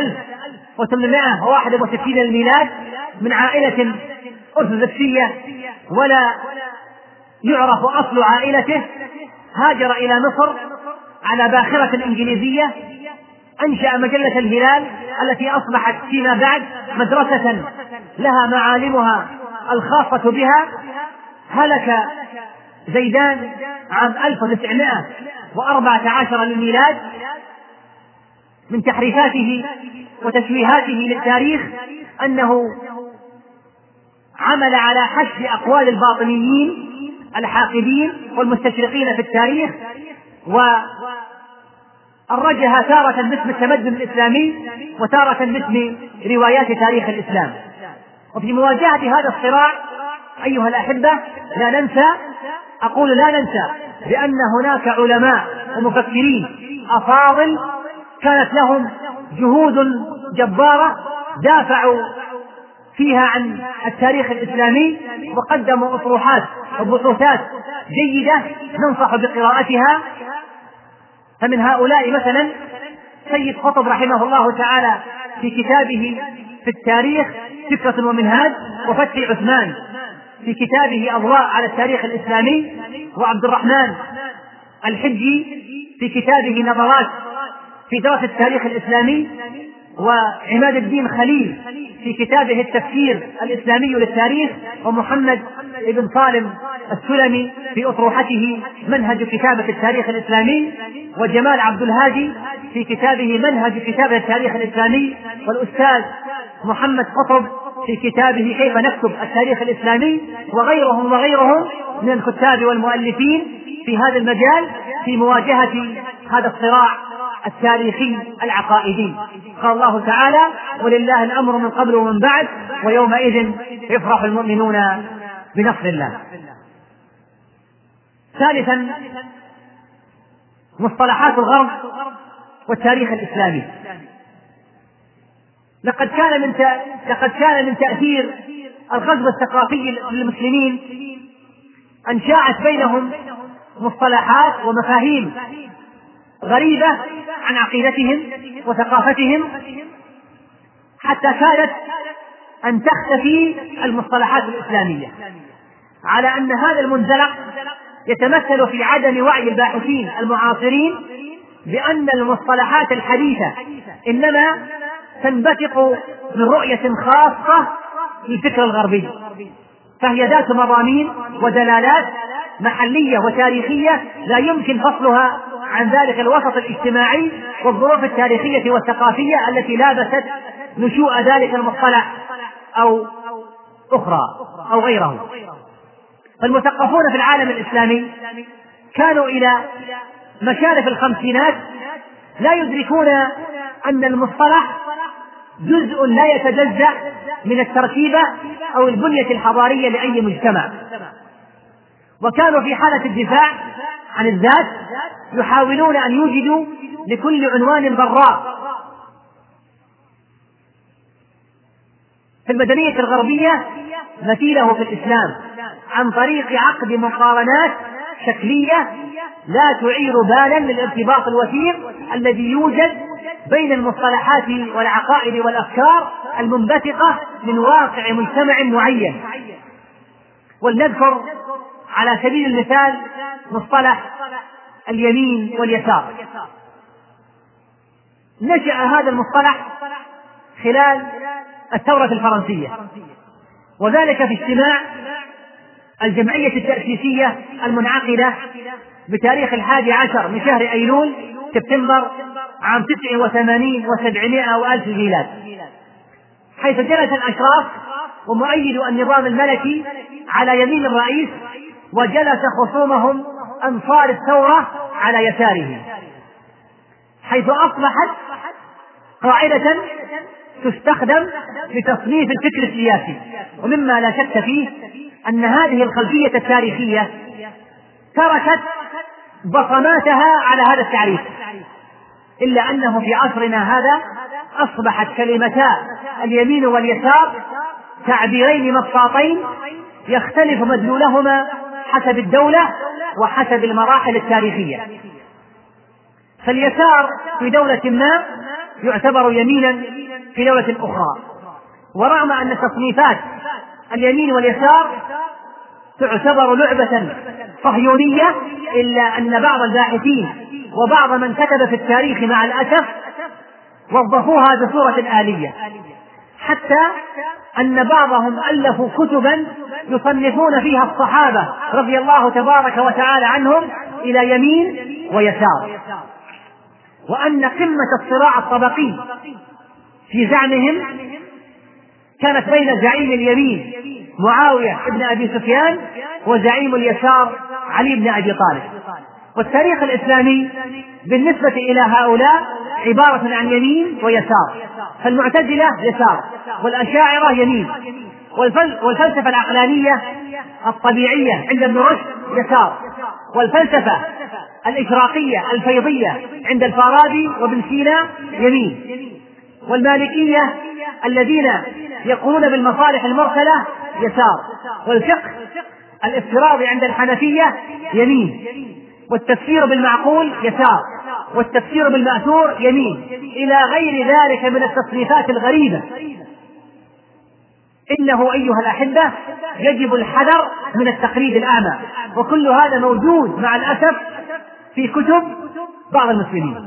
1861 للميلاد من عائلة أرثوذكسية ولا يعرف أصل عائلته. هاجر إلى مصر على باخرة إنجليزية، أنشأ مجلة الهلال التي أصبحت فيما بعد مدرسة لها معالمها الخاصة بها. هلك زيدان عام 1914 للميلاد من تحريفاته وتشويهاته للتاريخ، أنه عمل على حشد أقوال الباطنيين الحاقدين والمستشرقين في التاريخ، وأرجها تارة باسم التمدن الإسلامي وتارة باسم روايات تاريخ الإسلام. وفي مواجهة هذا الصراع أيها الأحبة لا ننسى، أقول لا ننسى، بأن هناك علماء ومفكرين أفاضل كانت لهم جهود جبارة دافعوا فيها عن التاريخ الإسلامي وقدموا أطروحات وبحوثات جيدة ننصح بقراءتها. فمن هؤلاء مثلا سيد قطب رحمه الله تعالى في كتابه في التاريخ فكرة ومنهاج، وفتحي عثمان في كتابه أضواء على التاريخ الإسلامي، وعبد الرحمن الحجي في كتابه نظرات في دراسة التاريخ الإسلامي، وعماد الدين خليل في كتابه التفسير الإسلامي للتاريخ، ومحمد بن سالم السلمي في أطروحته منهج كتابة التاريخ الإسلامي، وجمال عبد الهادي في كتابه منهج كتابة التاريخ الإسلامي، والأستاذ محمد قطب في كتابه كيف نكتب التاريخ الإسلامي، وغيرهم من الكتاب والمؤلفين في هذا المجال في مواجهة هذا الصراع التاريخي العقائدي. قال الله تعالى: ولله الأمر من قبل ومن بعد ويومئذ يفرح المؤمنون بنصر الله. ثالثا، مصطلحات الغرب والتاريخ الإسلامي. لقد كان من تأثير الغزو الثقافي للمسلمين أن شاعت بينهم مصطلحات ومفاهيم غريبة عن عقيدتهم وثقافتهم، حتى كانت أن تختفي المصطلحات الإسلامية، على أن هذا المنزلق يتمثل في عدم وعي الباحثين المعاصرين بأن المصطلحات الحديثة إنما تنبثق من رؤية خاصة للفكر الغربي، فهي ذات مضامين ودلالات محلية وتاريخية لا يمكن فصلها عن ذلك الوسط الاجتماعي والظروف التاريخية والثقافية التي لابست نشوء ذلك المصطلح أو أخرى أو غيره. فالمثقفون في العالم الإسلامي كانوا إلى مشارف الخمسينات لا يدركون أن المصطلح جزء لا يتجزأ من التركيبة أو البنية الحضارية لأي مجتمع، وكانوا في حالة الدفاع عن الذات يحاولون أن يوجدوا لكل عنوان براء في المدنية الغربية مثيله في الإسلام عن طريق عقد مقارنات شكلية لا تعير بالا للارتباط الوثيق الذي يوجد بين المصطلحات والعقائد والأفكار المنبثقة من واقع مجتمع معين. ولنذكر على سبيل المثال مصطلح اليمين واليسار. نشأ هذا المصطلح خلال الثورة الفرنسية، وذلك في اجتماع الجمعية التأسيسية المنعقدة بتاريخ 11 من شهر أيلول سبتمبر عام 89 و700 وألف ميلاد، حيث جلس الأشراف ومؤيد النظام الملكي على يمين الرئيس، وجلس خصومهم أنصار الثورة على يساره. حيث أصبحت قاعدة تستخدم لتصنيف الفكر السياسي. ومما لا شك فيه أن هذه الخلفية التاريخية تركت بصماتها على هذا التعريف، إلا أنه في عصرنا هذا أصبحت كلمتا اليمين واليسار تعبيرين مطاطين يختلف مدلولهما حسب الدولة وحسب المراحل التاريخية. فاليسار في دولة ما يعتبر يمينا في دولة أخرى، ورغم أن تصنيفات اليمين واليسار تعتبر لعبة صهيونية، إلا أن بعض الباحثين وبعض من كتب في التاريخ مع الأسف وظفوها بصورة آلية، حتى أن بعضهم ألفوا كتبا يصنفون فيها الصحابة رضي الله تبارك وتعالى عنهم إلى يمين ويسار، وأن قمة الصراع الطبقي في زعمهم كانت بين زعيم اليمين معاوية بن أبي سفيان وزعيم اليسار علي بن أبي طالب. والتاريخ الإسلامي بالنسبة إلى هؤلاء عبارة عن يمين ويسار، فالمعتزلة يسار، والأشاعرة يمين، والفلسفة العقلانية الطبيعية عند ابن رشد يسار، والفلسفة الإشراقية الفيضية عند الفارابي وابن سينا يمين، والمالكية الذين يقولون بالمصالح المرسلة يسار، والفقه الافتراضي عند الحنفية يمين، والتفسير بالمعقول يسار، والتفسير بالمأثور يمين، إلى غير ذلك من التصنيفات الغريبة. إنه أيها الأحبة يجب الحذر من التقليد الأعمى، وكل هذا موجود مع الأسف في كتب بعض المسلمين.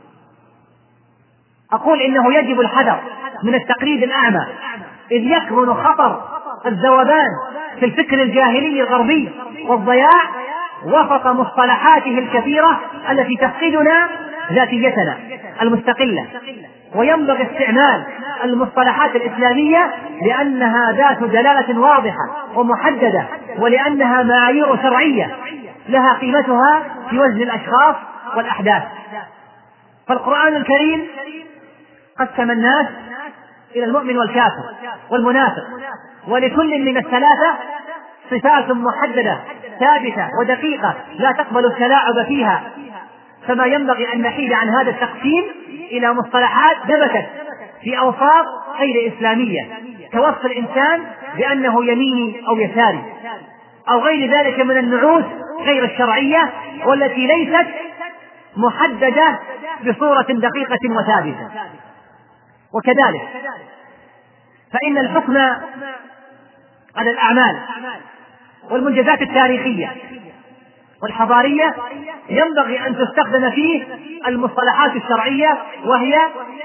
أقول إنه يجب الحذر من التقليد الأعمى، إذ يكمن خطر الذوبان في الفكر الجاهلي الغربي والضياع وسط مصطلحاته الكثيرة التي تفقدنا ذاتيتنا المستقلة. وينبغي استعمال المصطلحات الإسلامية لأنها ذات دلالة واضحة ومحددة، ولأنها معايير شرعية لها قيمتها في وزن الأشخاص والأحداث. فالقرآن الكريم قسم الناس إلى المؤمن والكافر والمنافق، ولكل من الثلاثة صفات محددة ثابتة ودقيقة لا تقبل التلاعب فيها، فما ينبغي أن نحيد عن هذا التقسيم إلى مصطلحات ثبتت في أوصاف غير إسلامية، كوصف الإنسان بأنه يميني أو يساري أو غير ذلك من النعوت غير الشرعية والتي ليست محددة بصورة دقيقة وثابتة. وكذلك فإن الحكم على الأعمال والمنجزات التاريخية والحضارية ينبغي أن تستخدم فيه المصطلحات الشرعية، وهي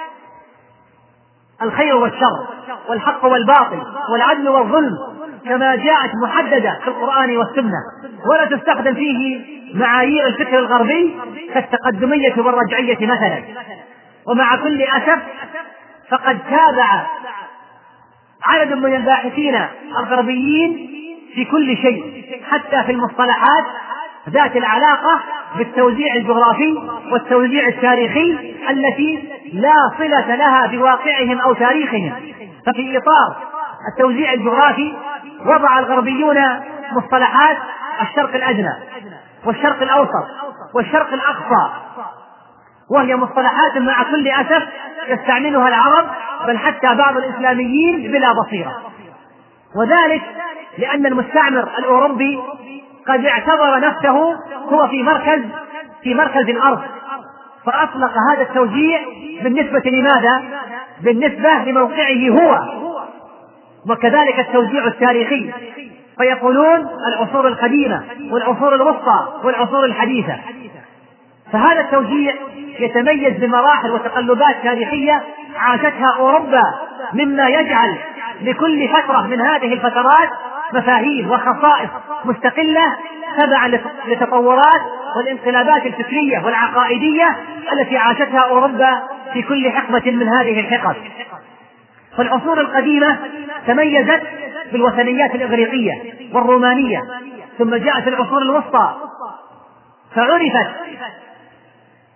الخير والشر والحق والباطل والعدل والظلم كما جاءت محددة في القرآن والسنة، ولا تستخدم فيه معايير الفكر الغربي كالتقدمية والرجعية مثلا. ومع كل أسف فقد تابع عدد من الباحثين الغربيين في كل شيء، حتى في المصطلحات ذات العلاقة بالتوزيع الجغرافي والتوزيع التاريخي التي لا صلة لها بواقعهم أو تاريخهم. ففي إطار التوزيع الجغرافي وضع الغربيون مصطلحات الشرق الأدنى والشرق الأوسط والشرق الأقصى، وهي مصطلحات مع كل أسف يستعملها العرب بل حتى بعض الإسلاميين بلا بصيرة، وذلك لأن المستعمر الأوروبي قد اعتبر نفسه هو في مركز الأرض، فأطلق هذا التوزيع بالنسبة لماذا؟ بالنسبة لموقعه هو. وكذلك التوزيع التاريخي، فيقولون العصور القديمة والعصور الوسطى والعصور الحديثة. فهذا التوزيع يتميز بمراحل وتقلبات تاريخية عاشتها أوروبا، مما يجعل لكل فترة من هذه الفترات مفاهيم وخصائص مستقلة تبعا للتطورات والانقلابات الفكرية والعقائدية التي عاشتها أوروبا في كل حقبة من هذه الحقب. فالعصور القديمة تميزت بالوثنيات الإغريقية والرومانية، ثم جاءت العصور الوسطى فعرفت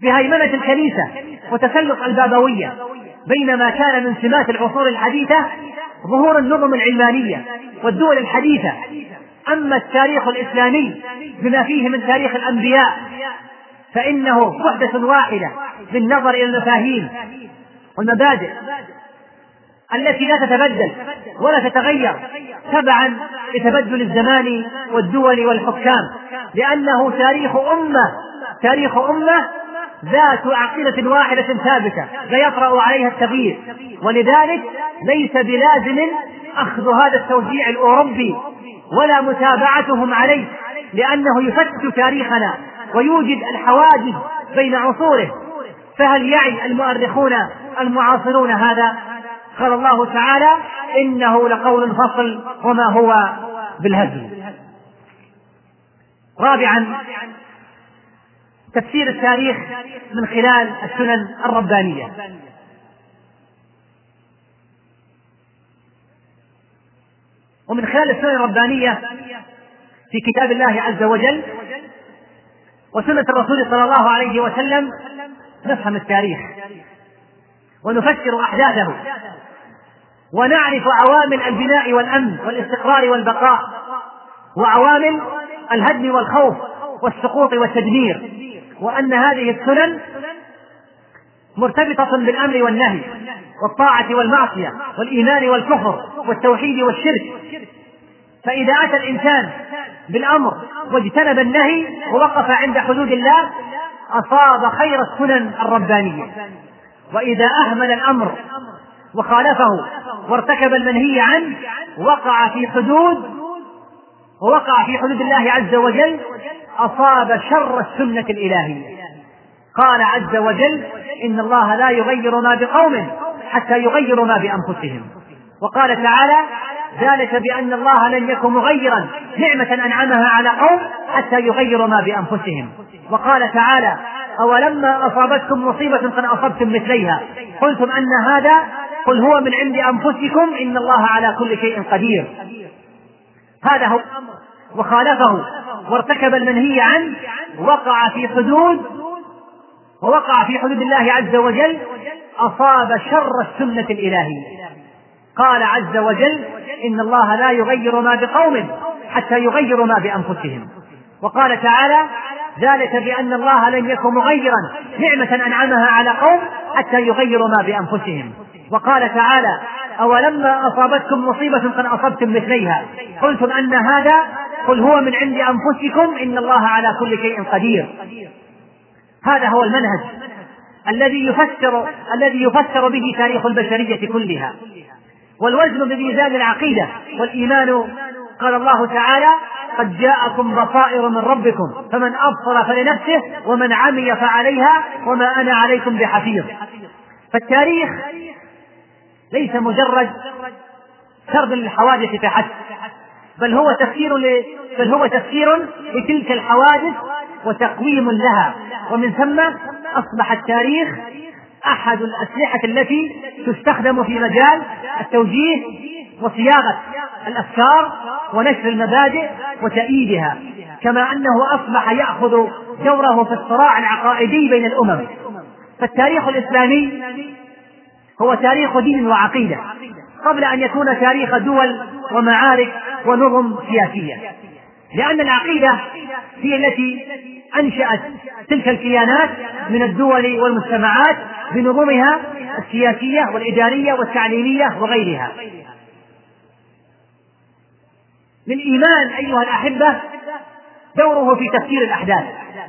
بهيمنة الكنيسة وتسلط البابوية، بينما كان من سمات العصور الحديثة ظهور النظم العلمانية والدول الحديثة. أما التاريخ الإسلامي بما فيه من تاريخ الأنبياء فإنه وحدة واحدة بالنظر إلى المفاهيم والمبادئ التي لا تتبدل ولا تتغير تبعا لتبدل الزمان والدول والحكام، لأنه تاريخ أمة ذات عقيدة واحدة ثابتة لا يطرأ عليها التغيير. ولذلك ليس بلازم أخذ هذا التوزيع الأوروبي ولا متابعتهم عليه، لأنه يفتت تاريخنا ويوجد الحواجز بين عصوره. فهل يعي المؤرخون المعاصرون هذا؟ قال الله تعالى: إنه لقول فصل وما هو بالهزل. رابعا، تفسير التاريخ من خلال السنن الربانية. ومن خلال السنن الربانية في كتاب الله عز وجل وسنة الرسول صلى الله عليه وسلم نفهم التاريخ ونفسر أحداثه ونعرف عوامل البناء والأمن والاستقرار والبقاء، وعوامل الهدم والخوف والسقوط والتدمير، وأن هذه السنن مرتبطة بالأمر والنهي والطاعة والمعصية والإيمان والكفر والتوحيد والشرك. فإذا أتى الإنسان بالأمر واجتنب النهي ووقف عند حدود الله أصاب خير السنن الربانية، وإذا أهمل الأمر وخالفه وارتكب المنهي عنه ووقع في حدود الله عز وجل أصاب شر السنة الإلهية. قال عز وجل: إن الله لا يغير ما بقوم حتى يغيروا ما بأنفسهم. وقال تعالى: ذلك بأن الله لم يكن مغيرا نعمة أنعمها على قوم حتى يغيروا ما بأنفسهم. وقال تعالى: أولما أصابتكم مصيبة قد أصبتم مثليها قلتم أن هذا قل هو من عند أنفسكم إن الله على كل شيء قدير. هذا هو. وخالفه وارتكب المنهي عنه ووقع في حدود الله عز وجل أصاب شر السنة الإلهية. قال عز وجل: إن الله لا يغير ما بقوم حتى يغيروا ما بأنفسهم. وقال تعالى: ذلك بأن الله لم يكن مغيرا نعمة أنعمها على قوم حتى يغيروا ما بأنفسهم. وقال تعالى: أولما أصابتكم مصيبة قد أصبتم مثليها قلتم أن هذا قل هو من عند أنفسكم إن الله على كل شيء قدير. هذا هو المنهج الذي يفسر به تاريخ البشرية كلها. والوزن بميزان العقيدة والإيمان. قال الله تعالى: قد جاءكم بصائر من ربكم فمن أبصر فلنفسه ومن عمي فعليها وما أنا عليكم بحفيظ. فالتاريخ ليس مجرد سرد للحوادث فحسب، بل هو تفسير لتلك الحوادث وتقويم لها. ومن ثم أصبح التاريخ أحد الأسلحة التي تستخدم في مجال التوجيه وصياغة الأفكار ونشر المبادئ وتأييدها، كما أنه أصبح يأخذ دوره في الصراع العقائدي بين الأمم. فالتاريخ الإسلامي هو تاريخ دين وعقيدة قبل أن يكون تاريخ دول ومعارك ونظم سياسية، لأن العقيدة هي التي أنشأت تلك الكيانات من الدول والمجتمعات بنظمها السياسية والإدارية والتعليمية وغيرها. للإيمان أيها الأحبة دوره في تفسير الأحداث،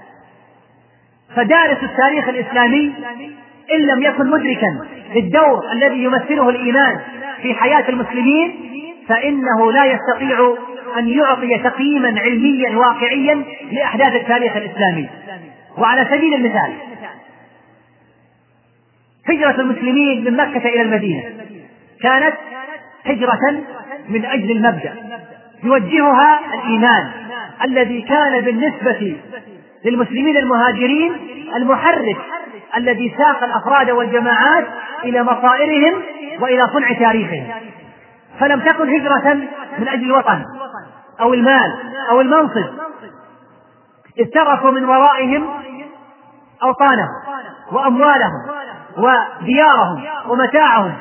فدارس التاريخ الإسلامي إن لم يكن مدركا للدور الذي يمثله الإيمان في حياة المسلمين فإنه لا يستطيع أن يعطي تقييما علميا واقعيا لأحداث التاريخ الإسلامي. وعلى سبيل المثال هجرة المسلمين من مكة إلى المدينة كانت هجرة من أجل المبدأ يوجهها الإيمان الذي كان بالنسبة للمسلمين المهاجرين المحرك الذي ساق الأفراد والجماعات إلى مصائرهم وإلى صنع تاريخهم. فلم تكن هجرة من أجل الوطن أو المال أو المنصب، اذ تركوا من ورائهم أوطانهم وأموالهم وديارهم ومتاعهم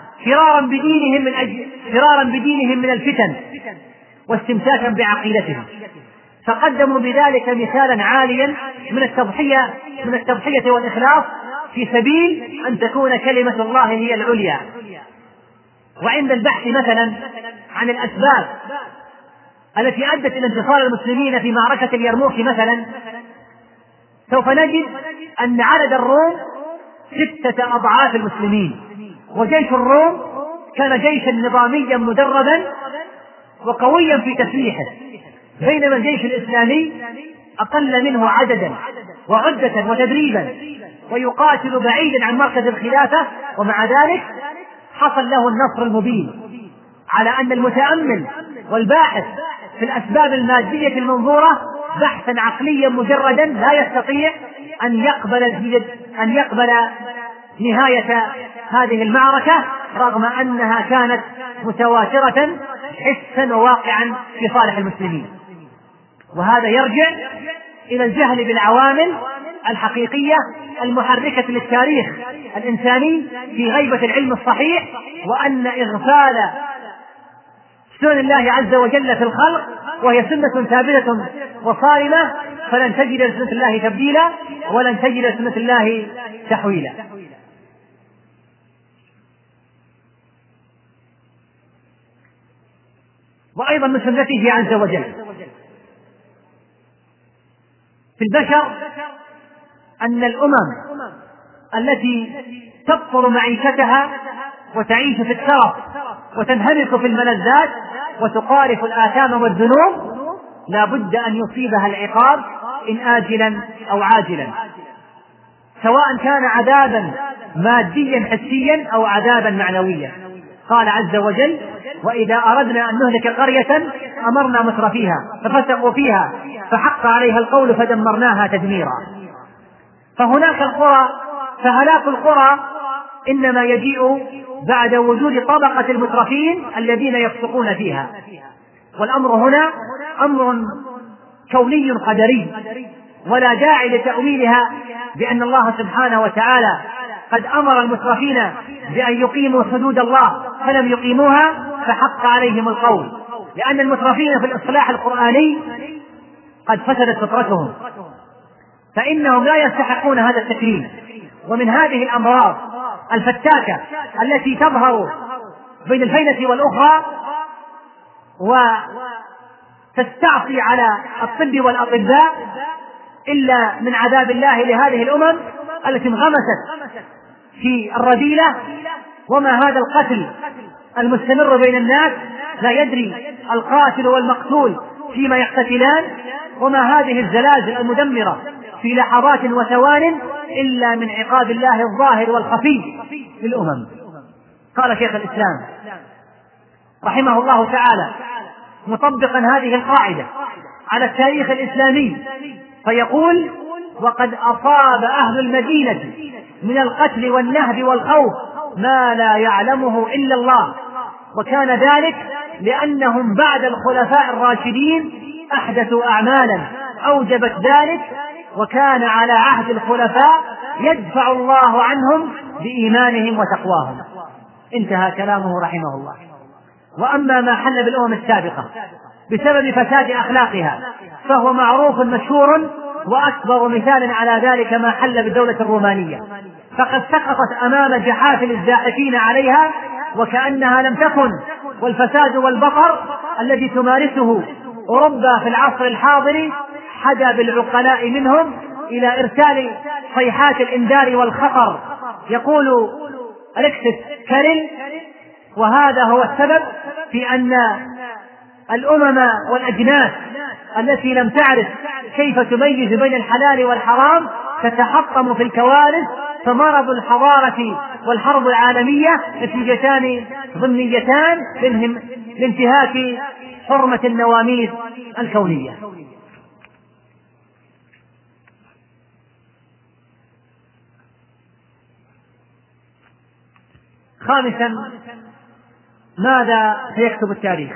فرارا بدينهم من الفتن واستمساكا بعقيدتهم، فقدموا بذلك مثالا عاليا من التضحية والإخلاص في سبيل أن تكون كلمة الله هي العليا. وعند البحث مثلا عن الأسباب التي أدت إلى انتصار المسلمين في معركة اليرموك مثلا، سوف نجد أن عدد الروم 6 أضعاف المسلمين، وجيش الروم كان جيشا نظاميا مدربا وقويا في تسليحه، بينما الجيش الإسلامي أقل منه عددا وعدة وتدريبا ويقاتل بعيدا عن مركز الخلافة، ومع ذلك حصل له النصر المبين، على أن المتأمل والباحث في الأسباب المادية المنظورة بحثا عقليا مجردا لا يستطيع أن يقبل نهاية هذه المعركة، رغم أنها كانت متواترة حسا وواقعا في صالح المسلمين. وهذا يرجع إلى الجهل بالعوامل الحقيقية المحركة للتاريخ الإنساني في غيبة العلم الصحيح، وأن إغفال سنن الله عز وجل في الخلق، وهي سنة ثابتة وصارمة، فلن تجد لسنة الله تبديلا ولن تجد لسنة الله تحويلا. وأيضا من سنته عز وجل في البشر أن الأمم التي تبطل معيشتها وتعيش في الترف وتنهمك في الملذات وتقارف الآثام والذنوب لا بد أن يصيبها العقاب إن آجلا أو عاجلا، سواء كان عذابا ماديا حسيا أو عذابا معنويا. قال عز وجل: وإذا أردنا أن نهلك قرية أمرنا مترفيها ففسقوا فيها فحق عليها القول فدمرناها تدميرا. فهلاك القرى إنما يجيء بعد وجود طبقة المترفين الذين يفسقون فيها. والأمر هنا أمر كوني قدري، ولا داعي لتأويلها بأن الله سبحانه وتعالى قد أمر المترفين بأن يقيموا حدود الله فلم يقيموها فحق عليهم القول، لأن المترفين في الإصلاح القرآني قد فسدت فطرتهم، فإنهم لا يستحقون هذا التكريم. ومن هذه الأمراض الفتاكة التي تظهر بين الفينة والأخرى وتستعصي على الطب والأطباء إلا من عذاب الله لهذه الأمم التي انغمست في الرذيلة. وما هذا القتل المستمر بين الناس، لا يدري القاتل والمقتول فيما يقتتلان، وما هذه الزلازل المدمرة في لحظات وثوان إلا من عقاب الله الظاهر والخفي للأمم. قال شيخ الإسلام رحمه الله تعالى مطبقا هذه القاعدة على التاريخ الإسلامي فيقول: وقد أصاب أهل المدينة من القتل والنهب والخوف ما لا يعلمه إلا الله، وكان ذلك لأنهم بعد الخلفاء الراشدين أحدثوا أعمالا أوجبت ذلك، وكان على عهد الخلفاء يدفع الله عنهم بإيمانهم وتقواهم. انتهى كلامه رحمه الله. وأما ما حل بالأمم السابقة بسبب فساد أخلاقها فهو معروف مشهور، وأكبر مثال على ذلك ما حل بالدولة الرومانية، فقد سقطت أمام جحافل الزاحفين عليها وكأنها لم تكن، والفساد والبطر الذي تمارسه أوروبا في العصر الحاضر حدا بالعقلاء منهم إلى إرسال صيحات الإنذار والخطر. يقول أليكسيس كاريل: وهذا هو السبب في أن الأمم والأجناس التي لم تعرف كيف تميز بين الحلال والحرام تتحطم في الكوارث، فمرض الحضارة والحرب العالمية نتيجتان ضمنيتان لانتهاك حرمة النواميس الكونية. خامسا، ماذا سيكتب التاريخ؟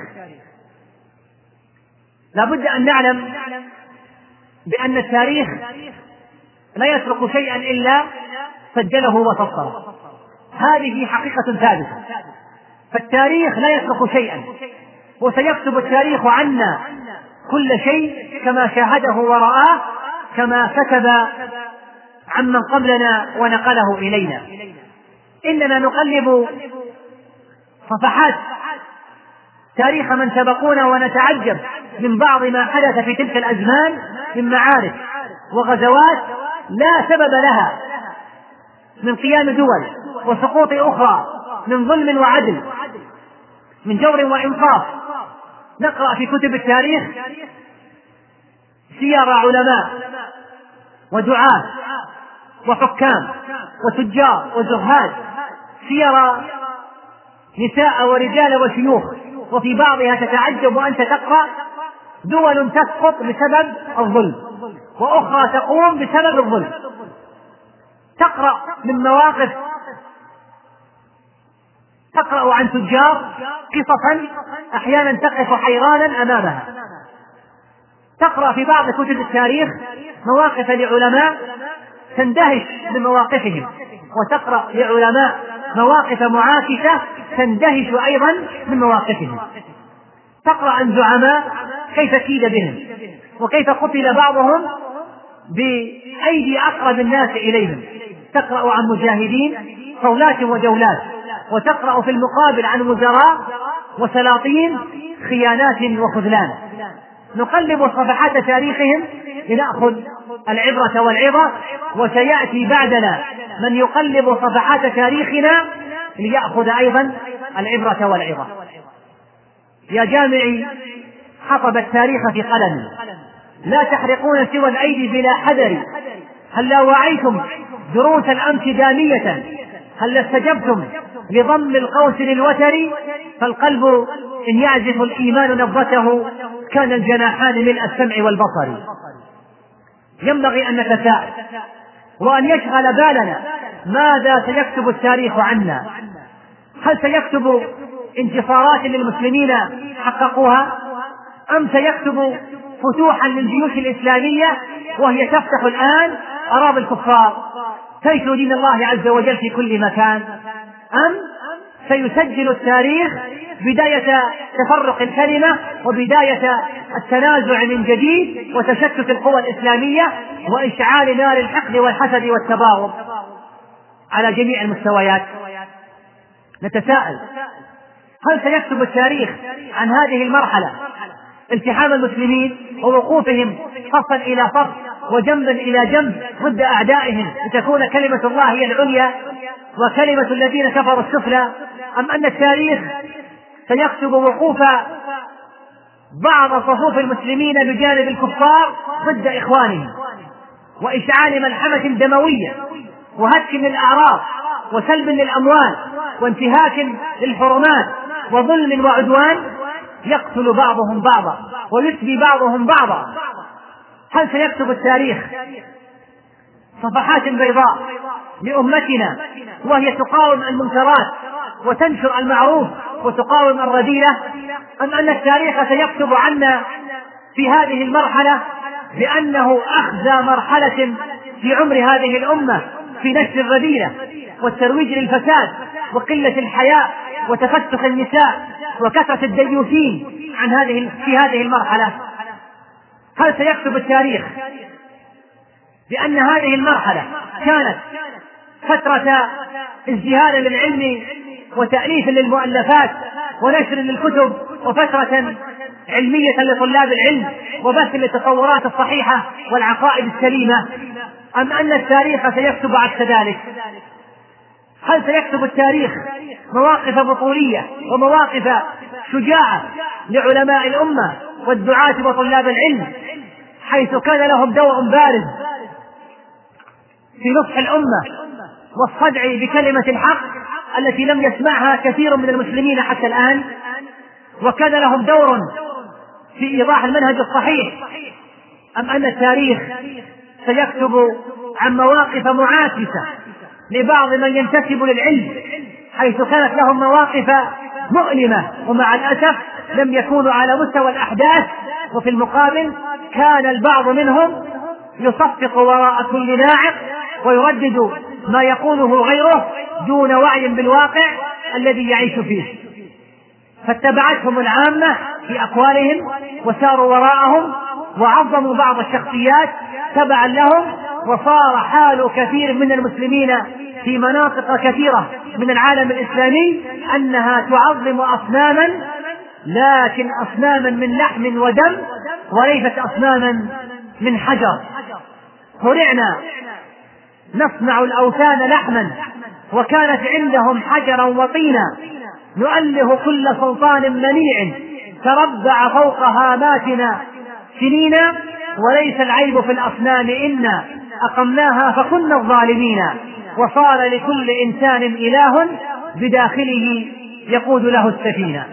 لا بد أن نعلم بأن التاريخ لا يترك شيئا إلا سجله وسطره. هذه حقيقة ثابتة. فالتاريخ لا يترك شيئا، وسيكتب التاريخ عنا كل شيء كما شاهده ورآه، كما كتب عمن قبلنا ونقله إلينا. إننا نقلب صفحات تاريخ من سبقونا ونتعجب من بعض ما حدث في تلك الأزمان من معارك وغزوات لا سبب لها، من قيام دول وسقوط أخرى، من ظلم وعدل، من جور وإنصاف. نقرأ في كتب التاريخ سير علماء ودعاة وحكام وتجار وزهاد، سير نساء ورجال وشيوخ، وفي بعضها تتعجب وأنت تقرأ دول تسقط بسبب الظلم وأخرى تقوم بسبب الظلم. تقرأ من مواقف، تقرأ عن تجار قصصا أحيانا تقف حيرانا أمامها. تقرأ في بعض كتب التاريخ مواقف لعلماء تندهش من مواقفهم، وتقرأ لعلماء مواقف معاكسة تندهش أيضا من مواقفهم. تقرأ عن زعماء كيف كيد بهم، وكيف قتل بعضهم بأيدي أقرب الناس إليهم. تقرأ عن مجاهدين صولات وجولات، وتقرأ في المقابل عن وزراء وسلاطين خيانات وخذلان. نقلب صفحات تاريخهم لنأخذ العبرة والعظة، وسيأتي بعدنا من يقلب صفحات تاريخنا ليأخذ أيضا العبرة والعظة. يا جامعي حطب التاريخ في قلمي، لا تحرقون سوى الأيدي بلا حذر. هل لا وعيتم دروس الأمس دامية؟ هل استجبتم لضم القوس للوتر؟ فالقلب إن يعزف الإيمان نبضته كان الجناحان ملء السمع والبصر. ينبغي أن نتساءل وأن يشغل بالنا ماذا سيكتب التاريخ عنا. هل سيكتب انتصارات للمسلمين حققوها، أم سيكتب فتوحا للجيوش الإسلامية وهي تفتح الآن أراضي الكفار تنشر دين الله عز وجل في كل مكان، أم سيسجل التاريخ بداية تفرق الكلمة وبداية التنازع من جديد وتشتت القوى الإسلامية وإشعال نار الحقد والحسد والتباغض على جميع المستويات؟ نتساءل هل سيكتب التاريخ عن هذه المرحلة التحام المسلمين ووقوفهم صفا إلى صف وجنبا إلى جنب ضد أعدائهم لتكون كلمة الله هي العليا وكلمة الذين كفروا السفلى، أم أن التاريخ سيكتب وقوف بعض صفوف المسلمين بجانب الكفار ضد إخوانهم وإشعال ملحمة دموية وهتك للأعراض وسلب للأموال وانتهاك للحرمات وظلم وعدوان يقتل بعضهم بعضا ويسبي بعضهم بعضا؟ هل سيكتب التاريخ صفحات بيضاء لأمتنا وهي تقاوم المنكرات وتنشر المعروف وتقاوم الرذيلة، أم أن التاريخ سيكتب عنا في هذه المرحلة بأنه أخزى مرحلة في عمر هذه الأمة في نشر الرذيلة والترويج للفساد وقلة الحياء وتفتح النساء وكثرة الديوثين في هذه المرحلة؟ هل سيكتب التاريخ بأن هذه المرحلة كانت فترة ازدهار للعلم وتأليف للمؤلفات ونشر للكتب وفترة علمية لطلاب العلم وبث للتصورات الصحيحة والعقائد السليمة، أم أن التاريخ سيكتب عكس ذلك؟ هل سيكتب التاريخ مواقف بطولية ومواقف شجاعة لعلماء الأمة والدعاة وطلاب العلم حيث كان لهم دور بارز في نصح الأمة والصدع بكلمة الحق التي لم يسمعها كثير من المسلمين حتى الآن، وكان لهم دور في إيضاح المنهج الصحيح؟ أم أن التاريخ سيكتب عن مواقف معاكسة لبعض من ينتسب للعلم حيث كانت لهم مواقف مؤلمة ومع الأسف لم يكونوا على مستوى الأحداث، وفي المقابل كان البعض منهم يصفق وراء كل ناعق ويردد ما يقوله غيره دون وعي بالواقع الذي يعيش فيه، فاتبعتهم العامة في أقوالهم وساروا وراءهم وعظموا بعض الشخصيات تبعا لهم، وصار حال كثير من المسلمين في مناطق كثيرة من العالم الإسلامي أنها تعظم أصناما، لكن أصناما من لحم ودم وليست أصناما من حجر. هرعنا نصنع الأوثان لحما وكانت عندهم حجرا وطينا، نؤله كل سلطان منيع تربع فوق هاماتنا سنينا، وليس العيب في الأصنام إنا أقمناها فكنا الظالمين، وصار لكل إنسان إله بداخله يقود له السفينة.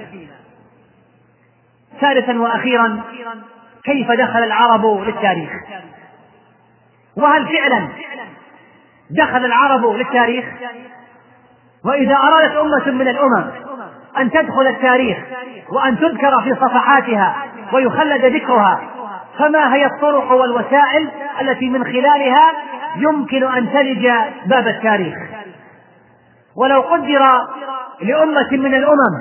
ثالثا وأخيرا، كيف دخل العرب للتاريخ؟ وهل فعلا دخل العرب للتاريخ؟ وإذا أرادت أمة من الأمم أن تدخل التاريخ وأن تذكر في صفحاتها ويخلد ذكرها، فما هي الطرق والوسائل التي من خلالها يمكن أن تلج باب التاريخ؟ ولو قدر لأمة من الأمم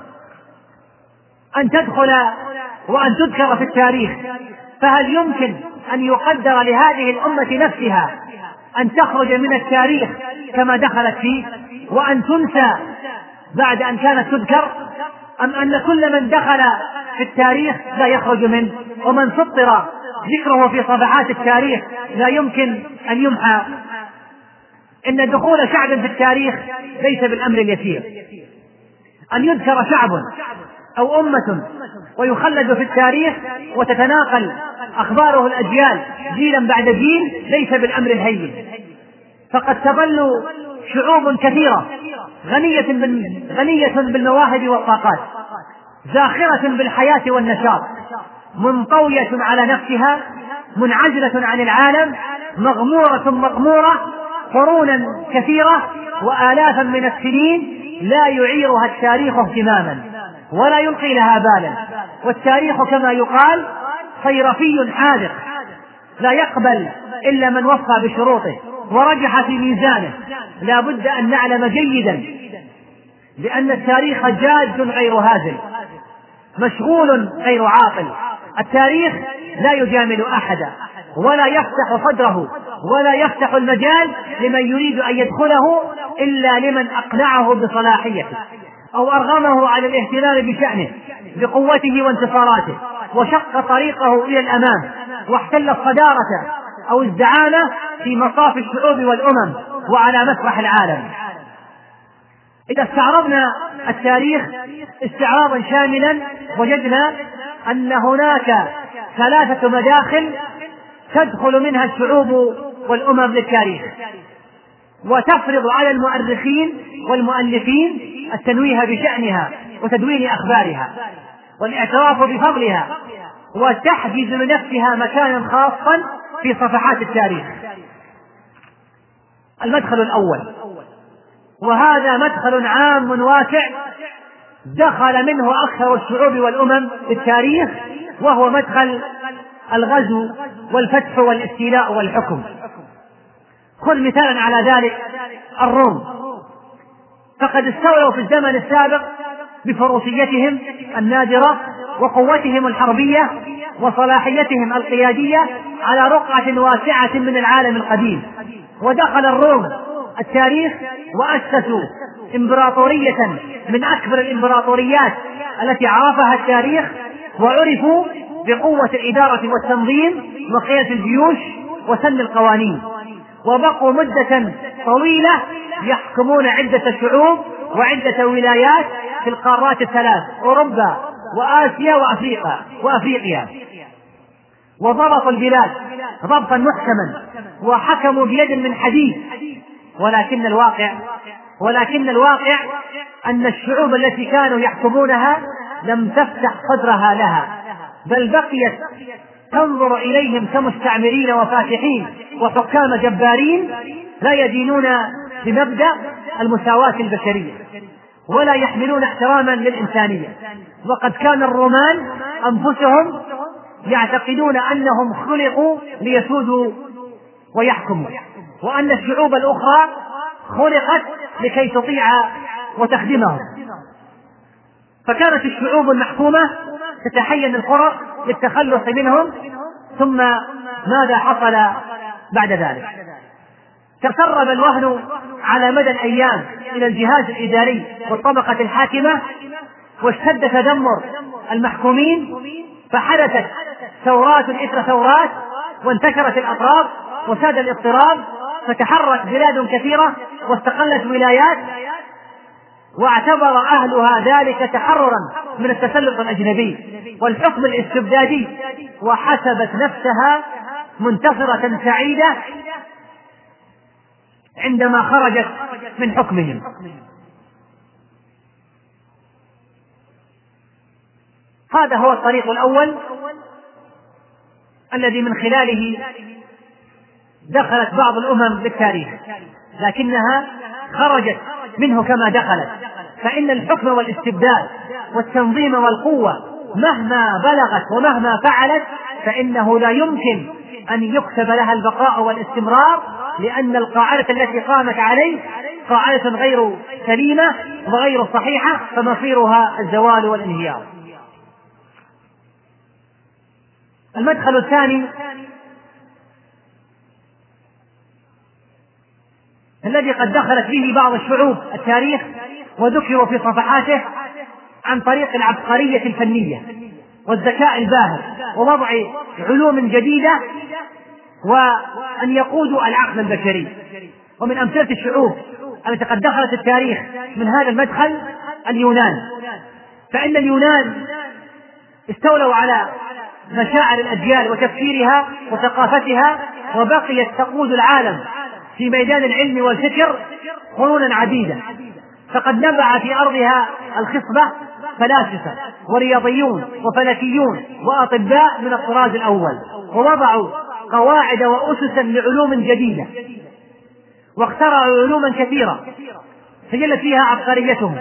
أن تدخل وأن تذكر في التاريخ، فهل يمكن أن يقدر لهذه الأمة نفسها أن تخرج من التاريخ كما دخلت فيه وأن تنسى بعد أن كانت تذكر، أم أن كل من دخل في التاريخ لا يخرج منه، ومن سطر ذكره في صفحات التاريخ لا يمكن أن يمحى؟ إن دخول شعب في التاريخ ليس بالأمر اليسير. أن يذكر شعب أو أمة ويخلد في التاريخ وتتناقل أخباره الأجيال جيلا بعد جيل ليس بالأمر الهين، فقد تظل شعوب كثيرة غنية بالمواهب والطاقات، زاخرة بالحياة والنشاط، منطوية على نفسها، منعزلة عن العالم، مغمورة قرونا كثيرة وآلافا من السنين لا يعيرها التاريخ اهتماما ولا يلقي لها بالا. والتاريخ كما يقال صيرفي حاذق لا يقبل إلا من وفى بشروطه ورجح في ميزانه. لا بد أن نعلم جيدا لأن التاريخ جاد غير هازل، مشغول غير عاقل. التاريخ لا يجامل أحدا ولا يفتح صدره ولا يفتح المجال لمن يريد أن يدخله إلا لمن أقنعه بصلاحيته أو أرغمه على الاهتمام بشأنه بقوته وانتصاراته وشق طريقه إلى الأمام واحتل الصدارة أو الزعامة في مصاف الشعوب والأمم وعلى مسرح العالم. إذا استعرضنا التاريخ استعراضا شاملا وجدنا أن هناك 3 مداخل تدخل منها الشعوب والأمم للتاريخ، وتفرض على المؤرخين والمؤلفين التنويه بشأنها وتدوين أخبارها والاعتراف بفضلها، وتحجز لنفسها مكانا خاصا في صفحات التاريخ. المدخل الأول، وهذا مدخل عام واسع دخل منه أكثر الشعوب والأمم للتاريخ، وهو مدخل الغزو والفتح والاستيلاء والحكم. خذ مثالا على ذلك الروم، فقد استولوا في الزمن السابق بفروسيتهم النادرة وقوتهم الحربية وصلاحيتهم القيادية على رقعة واسعة من العالم القديم. ودخل الروم التاريخ وأسسوا إمبراطورية من أكبر الإمبراطوريات التي عرفها التاريخ، وعرفوا بقوة الإدارة والتنظيم وقيادة الجيوش وسن القوانين، وبقوا مدة طويلة يحكمون عدة شعوب وعدة ولايات في القارات الثلاث، أوروبا وآسيا وأفريقيا، وضبطوا البلاد ضبطا محكما وحكموا بيد من حديد. ولكن الواقع أن الشعوب التي كانوا يحكمونها لم تفتح صدرها لها، بل بقيت تنظر إليهم كمستعمرين وفاتحين وحكام جبارين لا يدينون بمبدأ المساواة البشرية ولا يحملون احتراما للإنسانية. وقد كان الرومان أنفسهم يعتقدون أنهم خلقوا ليسودوا ويحكموا، وأن الشعوب الأخرى خلقت لكي تطيع وتخدمهم. فكانت الشعوب المحكومة تتحين الفرق للتخلص منهم. ثم ماذا حصل بعد ذلك؟ تسرب الوهن على مدى الأيام إلى الجهاز الإداري والطبقة الحاكمة، واشتد تذمر المحكومين، فحدثت ثورات إثر ثورات، وانتشرت الأطراف وساد الاضطراب، فتحرك بلاد كثيرة واستقلت ولايات، واعتبر أهلها ذلك تحررا من التسلط الأجنبي والحكم الاستبدادي، وحسبت نفسها منتصرة سعيدة عندما خرجت من حكمهم. هذا هو الطريق الأول الذي من خلاله دخلت بعض الأمم للتاريخ، لكنها خرجت منه كما دخلت. فإن الحكم والاستبداد والتنظيم والقوة مهما بلغت ومهما فعلت فإنه لا يمكن أن يكتب لها البقاء والاستمرار، لأن القاعدة التي قامت عليه قاعدة غير سليمة وغير صحيحة، فمصيرها الزوال والانهيار. المدخل الثاني الذي قد دخلت به بعض الشعوب التاريخ وذكروا في صفحاته عن طريق العبقرية الفنية والذكاء الباهر ووضع علوم جديدة وأن يقودوا العقل البشري. ومن أمثلة الشعوب التي قد دخلت التاريخ من هذا المدخل اليونان. فإن اليونان استولوا على مشاعر الأجيال وتفكيرها وثقافتها، وبقيت تقود العالم في ميدان العلم والفكر قرونا عديدة. فقد نبع في أرضها الخصبة فلاسفة ورياضيون وفلكيون وأطباء من الطراز الأول، ووضعوا قواعد وأسسا لعلوم جديدة، واخترعوا علوما كثيرة سجلت فيها عبقريتهم.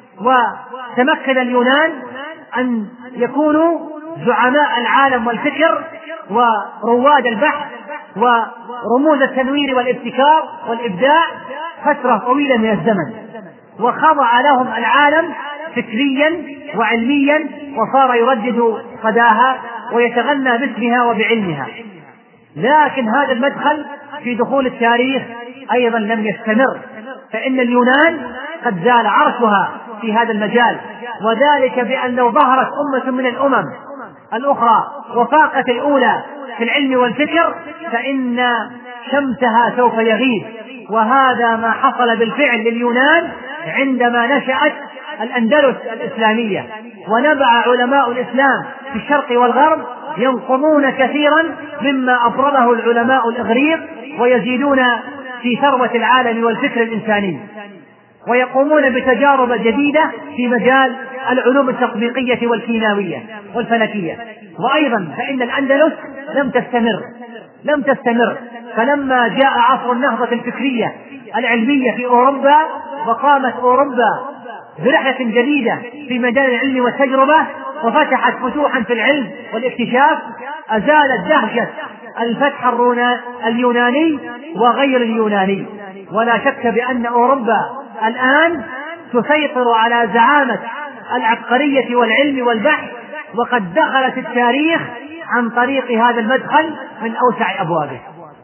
وتمكن اليونان أن يكونوا زعماء العالم والفكر ورواد البحث ورموز التنوير والابتكار والإبداع فترة طويلة من الزمن، وخضع لهم العالم فكريا وعلميا، وصار يردد صداها ويتغنى باسمها وبعلمها. لكن هذا المدخل في دخول التاريخ أيضا لم يستمر، فإن اليونان قد زال عرشها في هذا المجال، وذلك بأن لو ظهرت أمة من الأمم الأخرى وفاقت الأولى في العلم والفكر فإن شمسها سوف يغيب. وهذا ما حصل بالفعل لليونان عندما نشأت الأندلس الإسلامية، ونبع علماء الإسلام في الشرق والغرب ينقضون كثيرا مما أفرضه العلماء الإغريق، ويزيدون في ثروة العالم والفكر الإنساني، ويقومون بتجارب جديدة في مجال العلوم التطبيقية والكيماوية والفلكية. وأيضا فإن الأندلس لم تستمر، فلما جاء عصر النهضة الفكرية العلمية في أوروبا، وقامت أوروبا برحلة جديدة في مجال العلم والتجربة وفتحت فتوحا في العلم والاكتشاف، أزالت دهشة الفتح اليوناني وغير اليوناني. ولا شك بأن أوروبا الآن تسيطر على زعامة العبقرية والعلم والبحث، وقد دخلت التاريخ عن طريق هذا المدخل من أوسع أبوابه.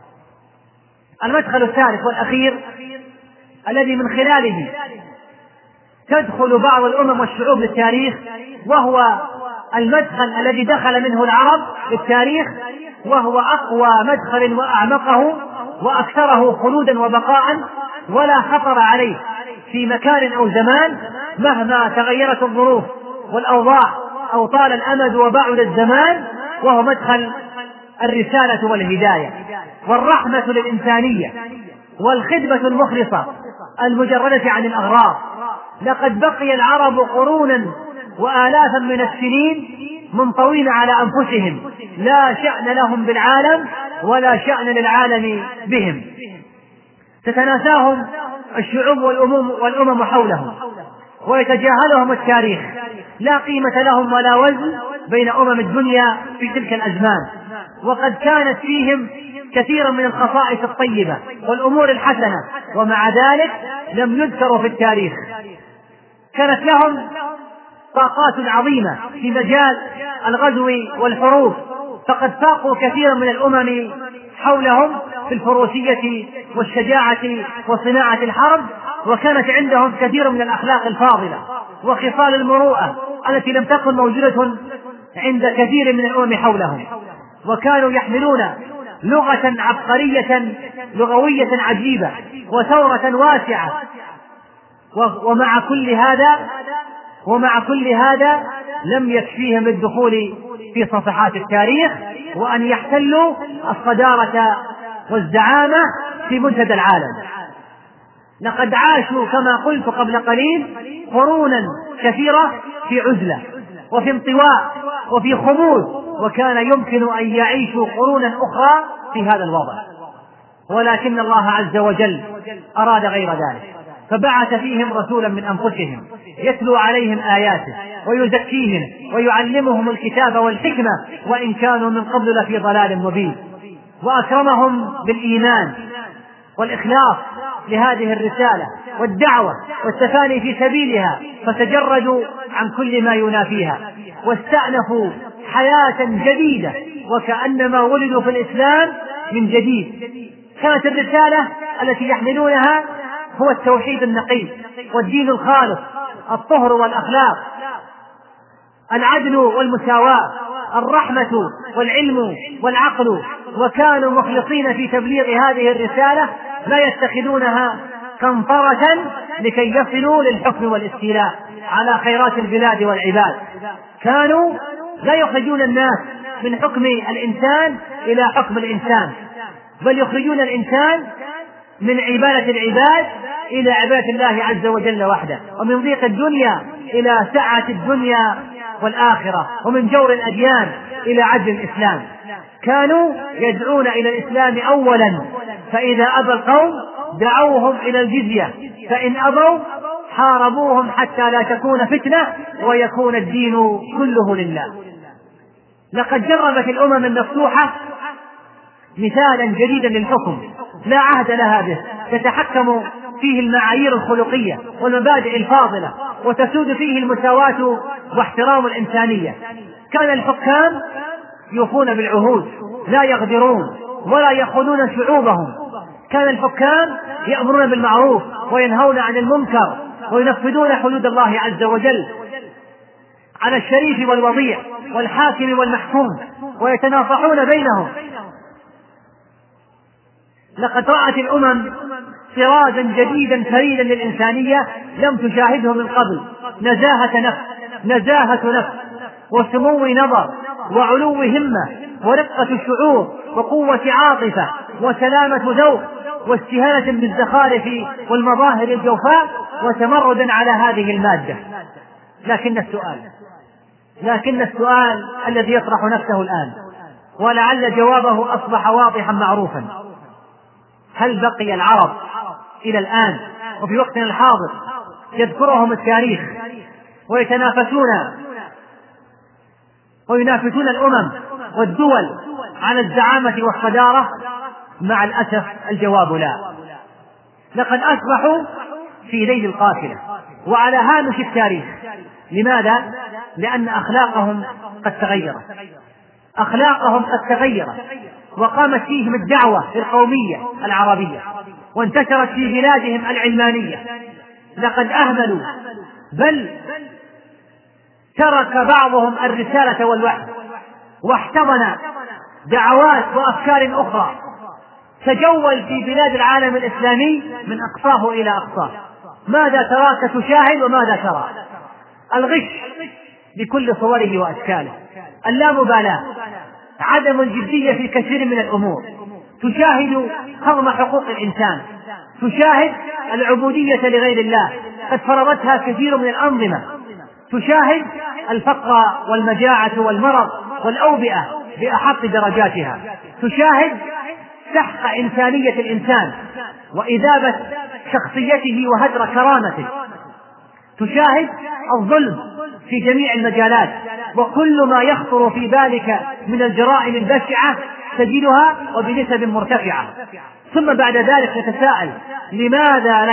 المدخل الثالث والأخير الذي من خلاله تدخل بعض الأمم والشعوب للتاريخ، وهو المدخل الذي دخل منه العرب للتاريخ، وهو أقوى مدخل وأعمقه وأكثره خلودا وبقاء، ولا خطر عليه في مكان أو زمان مهما تغيرت الظروف والأوضاع أو طال الأمد وبعد الزمان، وهو مدخل الرسالة والهداية والرحمة للإنسانية والخدمة المخلصة المجردة عن الأغراض. لقد بقي العرب قرونا وآلافا من السنين منطوين على أنفسهم، لا شأن لهم بالعالم ولا شأن للعالم بهم. تتناساهم الشعوب والأمم حولهم، ويتجاهلهم التاريخ، لا قيمة لهم ولا وزن بين الدنيا في تلك الأزمان، وقد كانت فيهم كثيرا من الخصائص الطيبة والأمور الحسنة، ومع ذلك لم يذكروا في التاريخ. كانت لهم طاقات عظيمة في مجال الغزو والحروب، فقد فاقوا كثيرا من الأمم حولهم في الفروسية والشجاعة وصناعة الحرب، وكانت عندهم كثير من الأخلاق الفاضلة وخصال المروءة التي لم تكن موجودة عند كثير من الأمم حولهم، وكانوا يحملون لغة عبقرية لغوية عجيبة وثورة واسعة. ومع كل هذا لم يكفيهم الدخول في صفحات التاريخ وأن يحتلوا الصدارة والزعامة في منتدى العالم. لقد عاشوا كما قلت قبل قليل قرونا كثيرة في عزلة وفي انطواء وفي خمول، وكان يمكن أن يعيشوا قرونا أخرى في هذا الوضع، ولكن الله عز وجل أراد غير ذلك، فبعث فيهم رسولا من أنفسهم يتلو عليهم آياته ويزكيهم ويعلمهم الكتاب والحكمة وإن كانوا من قبل لفي ضلال مبين، وأكرمهم بالإيمان والإخلاص لهذه الرسالة والدعوة والتفاني في سبيلها، فتجردوا عن كل ما ينافيها واستأنفوا حياة جديدة وكأنما ولدوا في الإسلام من جديد. كانت الرسالة التي يحملونها هو التوحيد النقي والدين الخالص، الطهر والأخلاق، العدل والمساواة، الرحمة والعلم والعقل، وكانوا مخلصين في تبليغ هذه الرسالة لا يتخذونها كنطرة لكي يصلوا للحكم والاستيلاء على خيرات البلاد والعباد. كانوا لا يخرجون الناس من حكم الإنسان إلى حكم الإنسان، بل يخرجون الإنسان من عبادة العباد إلى عبادة الله عز وجل وحده، ومن ضيق الدنيا إلى سعة الدنيا والآخرة، ومن جور الأديان إلى عدل الإسلام. كانوا يدعون إلى الإسلام أولا، فإذا أبى القوم دعوهم إلى الجزية، فإن أبوا حاربوهم حتى لا تكون فتنة ويكون الدين كله لله. لقد جربت الأمم المفتوحة مثالا جديدا للحكم لا عهد لها به، تتحكم فيه المعايير الخلقية والمبادئ الفاضلة، وتسود فيه المساواة واحترام الإنسانية. كان الحكام يوفون بالعهود، لا يغدرون ولا يخونون شعوبهم. كان الحكام يأمرون بالمعروف وينهون عن المنكر وينفذون حدود الله عز وجل على الشريف والوضيع والحاكم والمحكوم، ويتناصحون بينهم. لقد رأت الأمم طرازا جديدا فريدا للإنسانية لم تشاهده من قبل، نزاهة نفس وسمو نظر وعلو همة ورقة شعور وقوة عاطفة وسلامة ذوق واستهانة بالزخارف والمظاهر الجوفاء وتمرد على هذه المادة. لكن السؤال الذي يطرح نفسه الآن، ولعل جوابه أصبح واضحا معروفا: هل بقي العرب إلى الآن وفي وقتنا الحاضر يذكرهم التاريخ وينافسون الأمم والدول على الزعامة والصدارة؟ مع الأسف الجواب لا. لقد أصبحوا في ذيل القافلة وعلى هامش التاريخ. لماذا؟ لأن أخلاقهم قد تغيرت وقامت فيهم الدعوة القومية العربية وانتشرت في بلادهم العلمانية. لقد أهملوا بل ترك بعضهم الرسالة والوحي واحتضن دعوات وأفكار أخرى، تجول في بلاد العالم الإسلامي من أقصاه إلى أقصاه. ماذا تراك تشاهد وماذا ترى؟ الغش بكل صوره وأشكاله، اللامبالاة، عدم الجدية في كثير من الأمور، تشاهد هضم حقوق الإنسان، تشاهد العبودية لغير الله قد فرضتها كثير من الأنظمة، تشاهد الفقر والمجاعة والمرض والأوبئة بأحط درجاتها، تشاهد سحق إنسانية الإنسان وإذابة شخصيته وهدر كرامته، تشاهد الظلم في جميع المجالات وكل ما يخطر في بالك من الجرائم البشعة تجدها وبنسب مرتفعة. ثم بعد ذلك نتساءل لماذا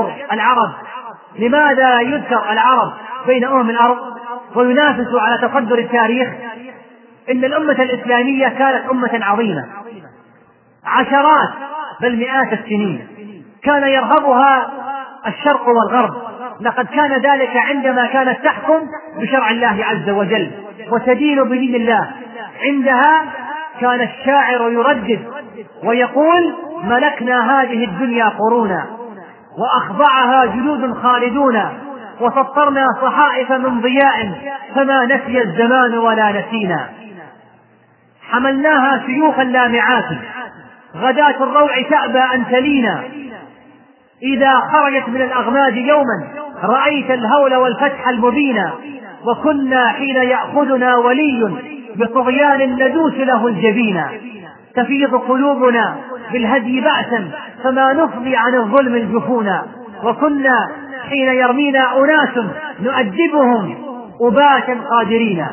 لا يذكر العرب بين الأرض وينافسوا على تصدر التاريخ؟ إن الأمة الإسلامية كانت أمة عظيمة، عشرات بل مئات السنين كان يرهبها الشرق والغرب. لقد كان ذلك عندما كانت تحكم بشرع الله عز وجل وتدين بدين الله. عندها كان الشاعر يردد ويقول: ملكنا هذه الدنيا قرونا وأخضعها جلود خالدون، وسطرنا صحائف من ضياء فما نسي الزمان ولا نسينا. حملناها شيوخا لامعات غداة الروع تأبى أن تلينا، إذا خرجت من الأغماد يوما رأيت الهول والفتح المبينا، وكنا حين يأخذنا ولي بطغيان ندوس له الجبينا، تفيض قلوبنا بالهدي بأسا فما نفضي عن الظلم الجفونا، وكنا حين يرمينا أناس نؤدبهم أباتا قادرين.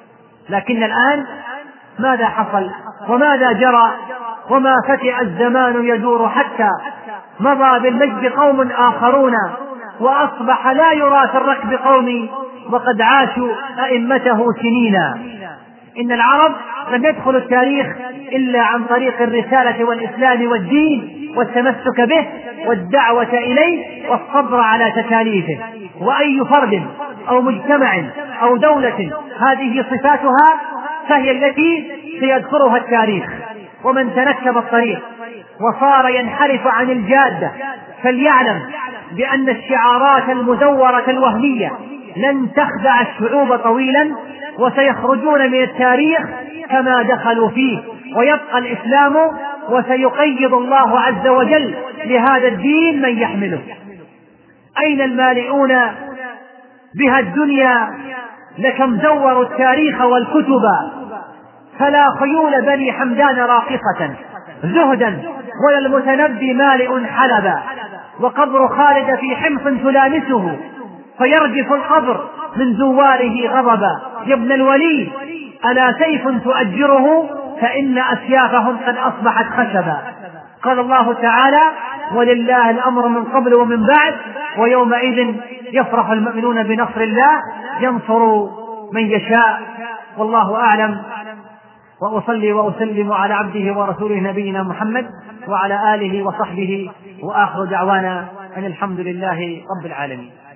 لكن الآن ماذا حصل وماذا جرى؟ وما فتئ الزمان يدور حتى مضى بالمجد قوم آخرون، وأصبح لا يرى في الركب قومي وقد عاشوا أئمته سنينا. إن العرب لم يدخلوا التاريخ إلا عن طريق الرسالة والإسلام والدين والتمسك به والدعوة إليه والصبر على تكاليفه. وأي فرد أو مجتمع أو دولة هذه صفاتها فهي التي سيذكرها التاريخ. ومن تنكب الطريق وصار ينحرف عن الجادة فليعلم بأن الشعارات المزورة الوهمية لن تخدع الشعوب طويلا، وسيخرجون من التاريخ كما دخلوا فيه، ويبقى الإسلام وسيقيض الله عز وجل لهذا الدين من يحمله. أين المالئون بها الدنيا لكم زوروا التاريخ والكتب، فلا خيول بني حمدان راقصة زهدا ولا المتنبي مالئ حلبا، وقبر خالد في حمص تلامسه فيرجف القبر من زواره غضبا. يا ابن الوليد ألا سيف تؤجره فإن أسيافهم قد أصبحت خشبا. قال الله تعالى: ولله الأمر من قبل ومن بعد ويومئذ يفرح المؤمنون بنصر الله ينصر من يشاء. والله أعلم، وأصلي وأسلم على عبده ورسوله نبينا محمد وعلى آله وصحبه، وآخر دعوانا أن الحمد لله رب العالمين.